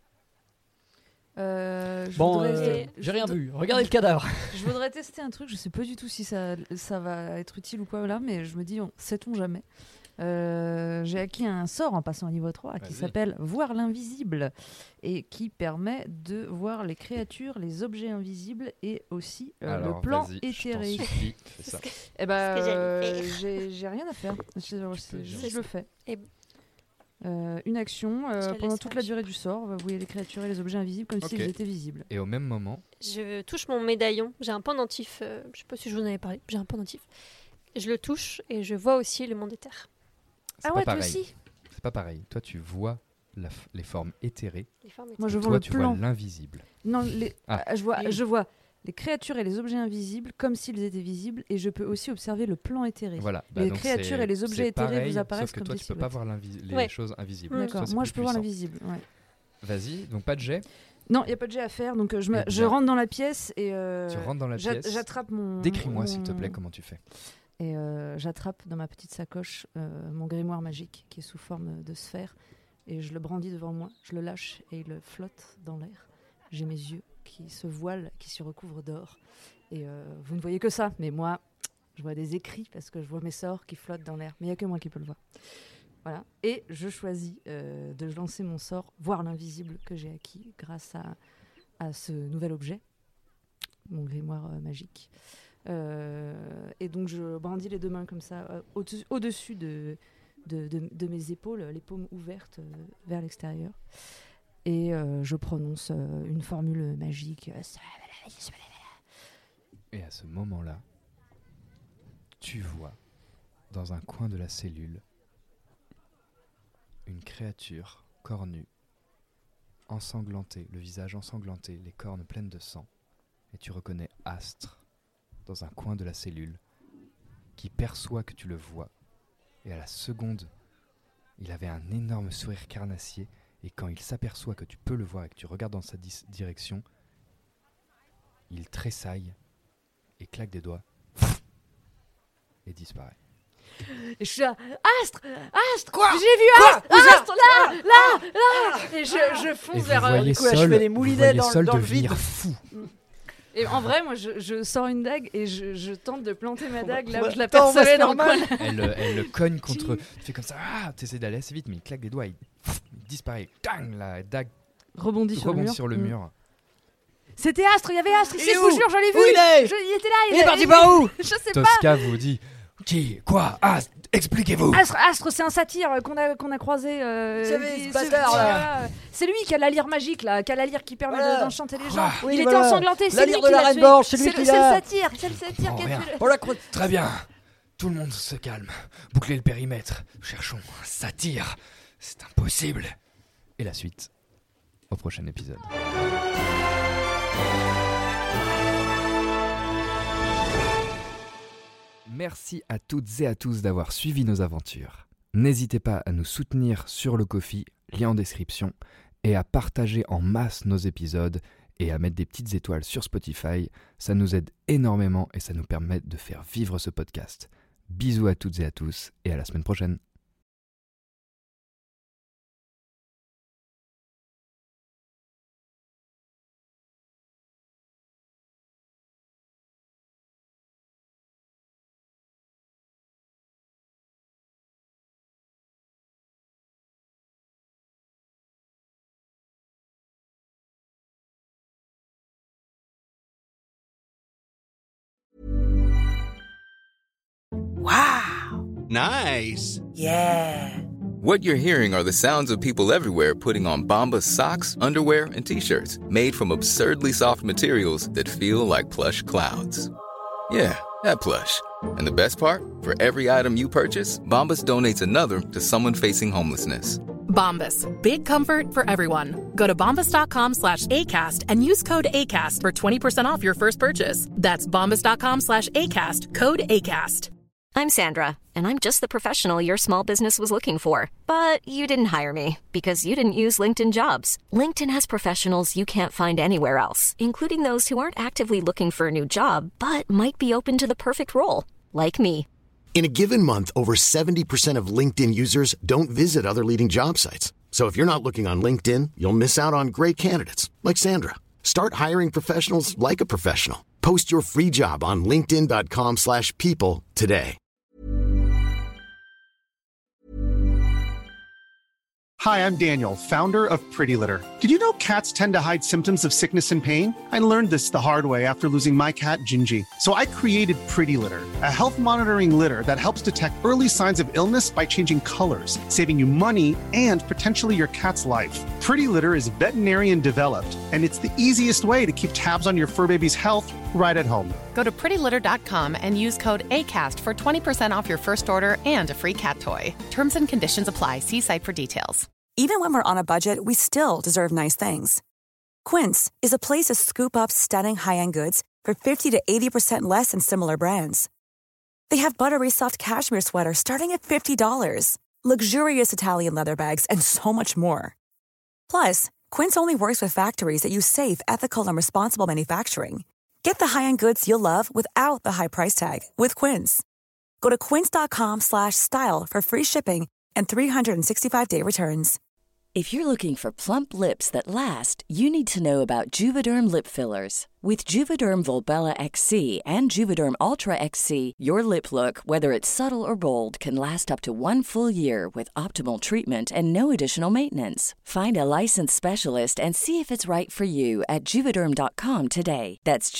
Bon, j'ai rien vu. Regardez le cadavre. Je voudrais tester un truc, je sais pas du tout si ça va être utile ou quoi là, mais je me dis, sait-on jamais. J'ai acquis un sort en passant au niveau 3 qui s'appelle Voir l'invisible et qui permet de voir les créatures, les objets invisibles et aussi le plan éthéré. Eh ben, j'ai rien à faire. Je le fais. Une action pendant toute la durée du sort, vous voyez les créatures et les objets invisibles comme s'ils étaient visibles. Et au même moment, Je touche mon médaillon. J'ai un pendentif. Je sais pas si je vous en avais parlé. J'ai un pendentif. Je le touche et je vois aussi le monde éther. c'est Ah pas ouais, toi pareil. aussi. C'est pas pareil. Toi, tu vois les formes éthérées. Les formes Moi, je éthérées. vois Toi, le tu vois plan. l'invisible. Non, Ah. je vois les créatures et les objets invisibles comme s'ils étaient visibles et je peux aussi observer le plan éthéré. Voilà. Les donc créatures c'est- et les objets c'est éthérés pareil, vous apparaissent sauf que comme toi, des tu peux pas silhouettes. voir les Ouais. choses invisibles. D'accord, Toi, c'est moi plus je peux voir puissant. l'invisible. Ouais. Vas-y, donc pas de jet. Non, il n'y a pas de jet à faire, donc Eh je bien. rentre dans la pièce et Tu rentres dans la pièce. j'attrape mon... Décris-moi, mon- s'il te plaît, comment tu fais. Et j'attrape dans ma petite sacoche mon grimoire magique qui est sous forme de sphère et je le brandis devant moi, je le lâche et il flotte dans l'air. J'ai mes yeux qui se voilent, qui se recouvrent d'or et vous ne voyez que ça, mais moi je vois des écrits parce que je vois mes sorts qui flottent dans l'air, mais il n'y a que moi qui peux le voir. Voilà. Et je choisis de lancer mon sort, voir l'invisible que j'ai acquis grâce à ce nouvel objet, mon grimoire magique. Et donc je brandis les 2 mains comme ça, au-dessus de mes épaules, les paumes ouvertes vers l'extérieur. Et je prononce une formule magique. Et à ce moment-là, tu vois, dans un coin de la cellule, une créature cornue, ensanglantée, le visage ensanglanté, les cornes pleines de sang. Et tu reconnais Astre, dans un coin de la cellule, qui perçoit que tu le vois. Et à la seconde, il avait un énorme sourire carnassier. Et quand il s'aperçoit que tu peux le voir et que tu regardes dans sa direction, il tressaille et claque des doigts et disparaît. Et je suis là, Astre, quoi j'ai vu Astre, là. Et je fonce Et vous vers. voyez du coup, là, je fais des moulinets dans le vide. devenir fou. Et en vrai, moi, je sors une dague et je tente de planter ma dague là où va- je la attends, on va se percevais dans faire le mal. coin. Elle le cogne contre. Tu fais comme ça. Ah, t'essaies d'aller assez vite, mais il claque des doigts. Il disparaît. Tang, la dague Rebondit rebondit sur le Mm. mur. C'était Astre, il y avait Astre ici, Il est je vous où jure, j'en ai vu. Où il est Il était là. Il est parti par où? Je sais pas. Tosca vous dit qui? Quoi? Ah, expliquez-vous. Astre, c'est un satyre qu'on a croisé. Savez, qui- ce bâtard, là. voilà. C'est lui qui a la lyre magique là, qui a la lyre qui permet Voilà. d'enchanter les gens. Ah. Oui, il voilà. était ensanglanté, La c'est lui lyre qui de la l'a Reine tué. Blanche, c'est lui C'est qui le l'a. satyre qui a comprends tué. rien. On la croise. Très bien. Tout le monde se calme. Bouclez le périmètre. Cherchons un satyre. C'est impossible. Et la suite au prochain épisode. Merci à toutes et à tous d'avoir suivi nos aventures. N'hésitez pas à nous soutenir sur le Ko-fi, lien en description, et à partager en masse nos épisodes et à mettre des petites étoiles sur Spotify. Ça nous aide énormément et ça nous permet de faire vivre ce podcast. Bisous à toutes et à tous et à la semaine prochaine. Nice. Yeah. What you're hearing are the sounds of people everywhere putting on Bombas socks, underwear, and T-shirts made from absurdly soft materials that feel like plush clouds. Yeah, that plush. And the best part? For every item you purchase, Bombas donates another to someone facing homelessness. Bombas. Big comfort for everyone. Go to bombas.com/ACAST and use code ACAST for 20% off your first purchase. That's bombas.com/ACAST. Code ACAST. I'm Sandra, and I'm just the professional your small business was looking for. But you didn't hire me because you didn't use LinkedIn Jobs. LinkedIn has professionals you can't find anywhere else, including those who aren't actively looking for a new job, but might be open to the perfect role, like me. In a given month, over 70% of LinkedIn users don't visit other leading job sites. So if you're not looking on LinkedIn, you'll miss out on great candidates like Sandra. Start hiring professionals like a professional. Post your free job on linkedin.com/people today. Hi, I'm Daniel, founder of Pretty Litter. Did you know cats tend to hide symptoms of sickness and pain? I learned this the hard way after losing my cat, Gingy. So I created Pretty Litter, a health monitoring litter that helps detect early signs of illness by changing colors, saving you money and potentially your cat's life. Pretty Litter is veterinarian developed, and it's the easiest way to keep tabs on your fur baby's health right at home. Go to prettylitter.com and use code ACAST for 20% off your first order and a free cat toy. Terms and conditions apply. See site for details. Even when we're on a budget, we still deserve nice things. Quince is a place to scoop up stunning high-end goods for 50 to 80% less than similar brands. They have buttery soft cashmere sweaters starting at $50, luxurious Italian leather bags, and so much more. Plus, Quince only works with factories that use safe, ethical, and responsible manufacturing. Get the high-end goods you'll love without the high price tag with Quince. Go to quince.com/style for free shipping and 365-day returns. If you're looking for plump lips that last, you need to know about Juvederm lip fillers. With Juvederm Volbella XC and Juvederm Ultra XC, your lip look, whether it's subtle or bold, can last up to 1 full year with optimal treatment and no additional maintenance. Find a licensed specialist and see if it's right for you at Juvederm.com today. That's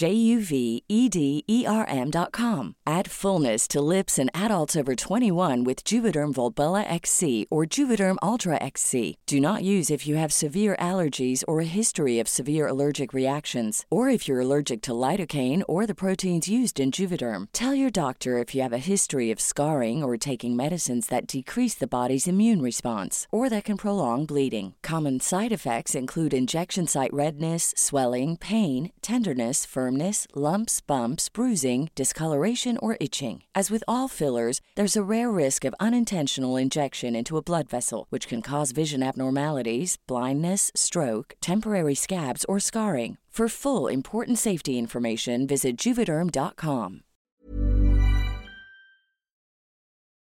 JUVEDERM.com. Add fullness to lips in adults over 21 with Juvederm Volbella XC or Juvederm Ultra XC. Do not use if you have severe allergies or a history of severe allergic reactions, or if you're allergic to lidocaine or the proteins used in Juvederm. Tell your doctor if you have a history of scarring or taking medicines that decrease the body's immune response or that can prolong bleeding. Common side effects include injection site redness, swelling, pain, tenderness, firmness, lumps, bumps, bruising, discoloration, or itching. As with all fillers, there's a rare risk of unintentional injection into a blood vessel, which can cause vision abnormalities, blindness, stroke, temporary scabs, or scarring. For full, important safety information, visit Juvederm.com.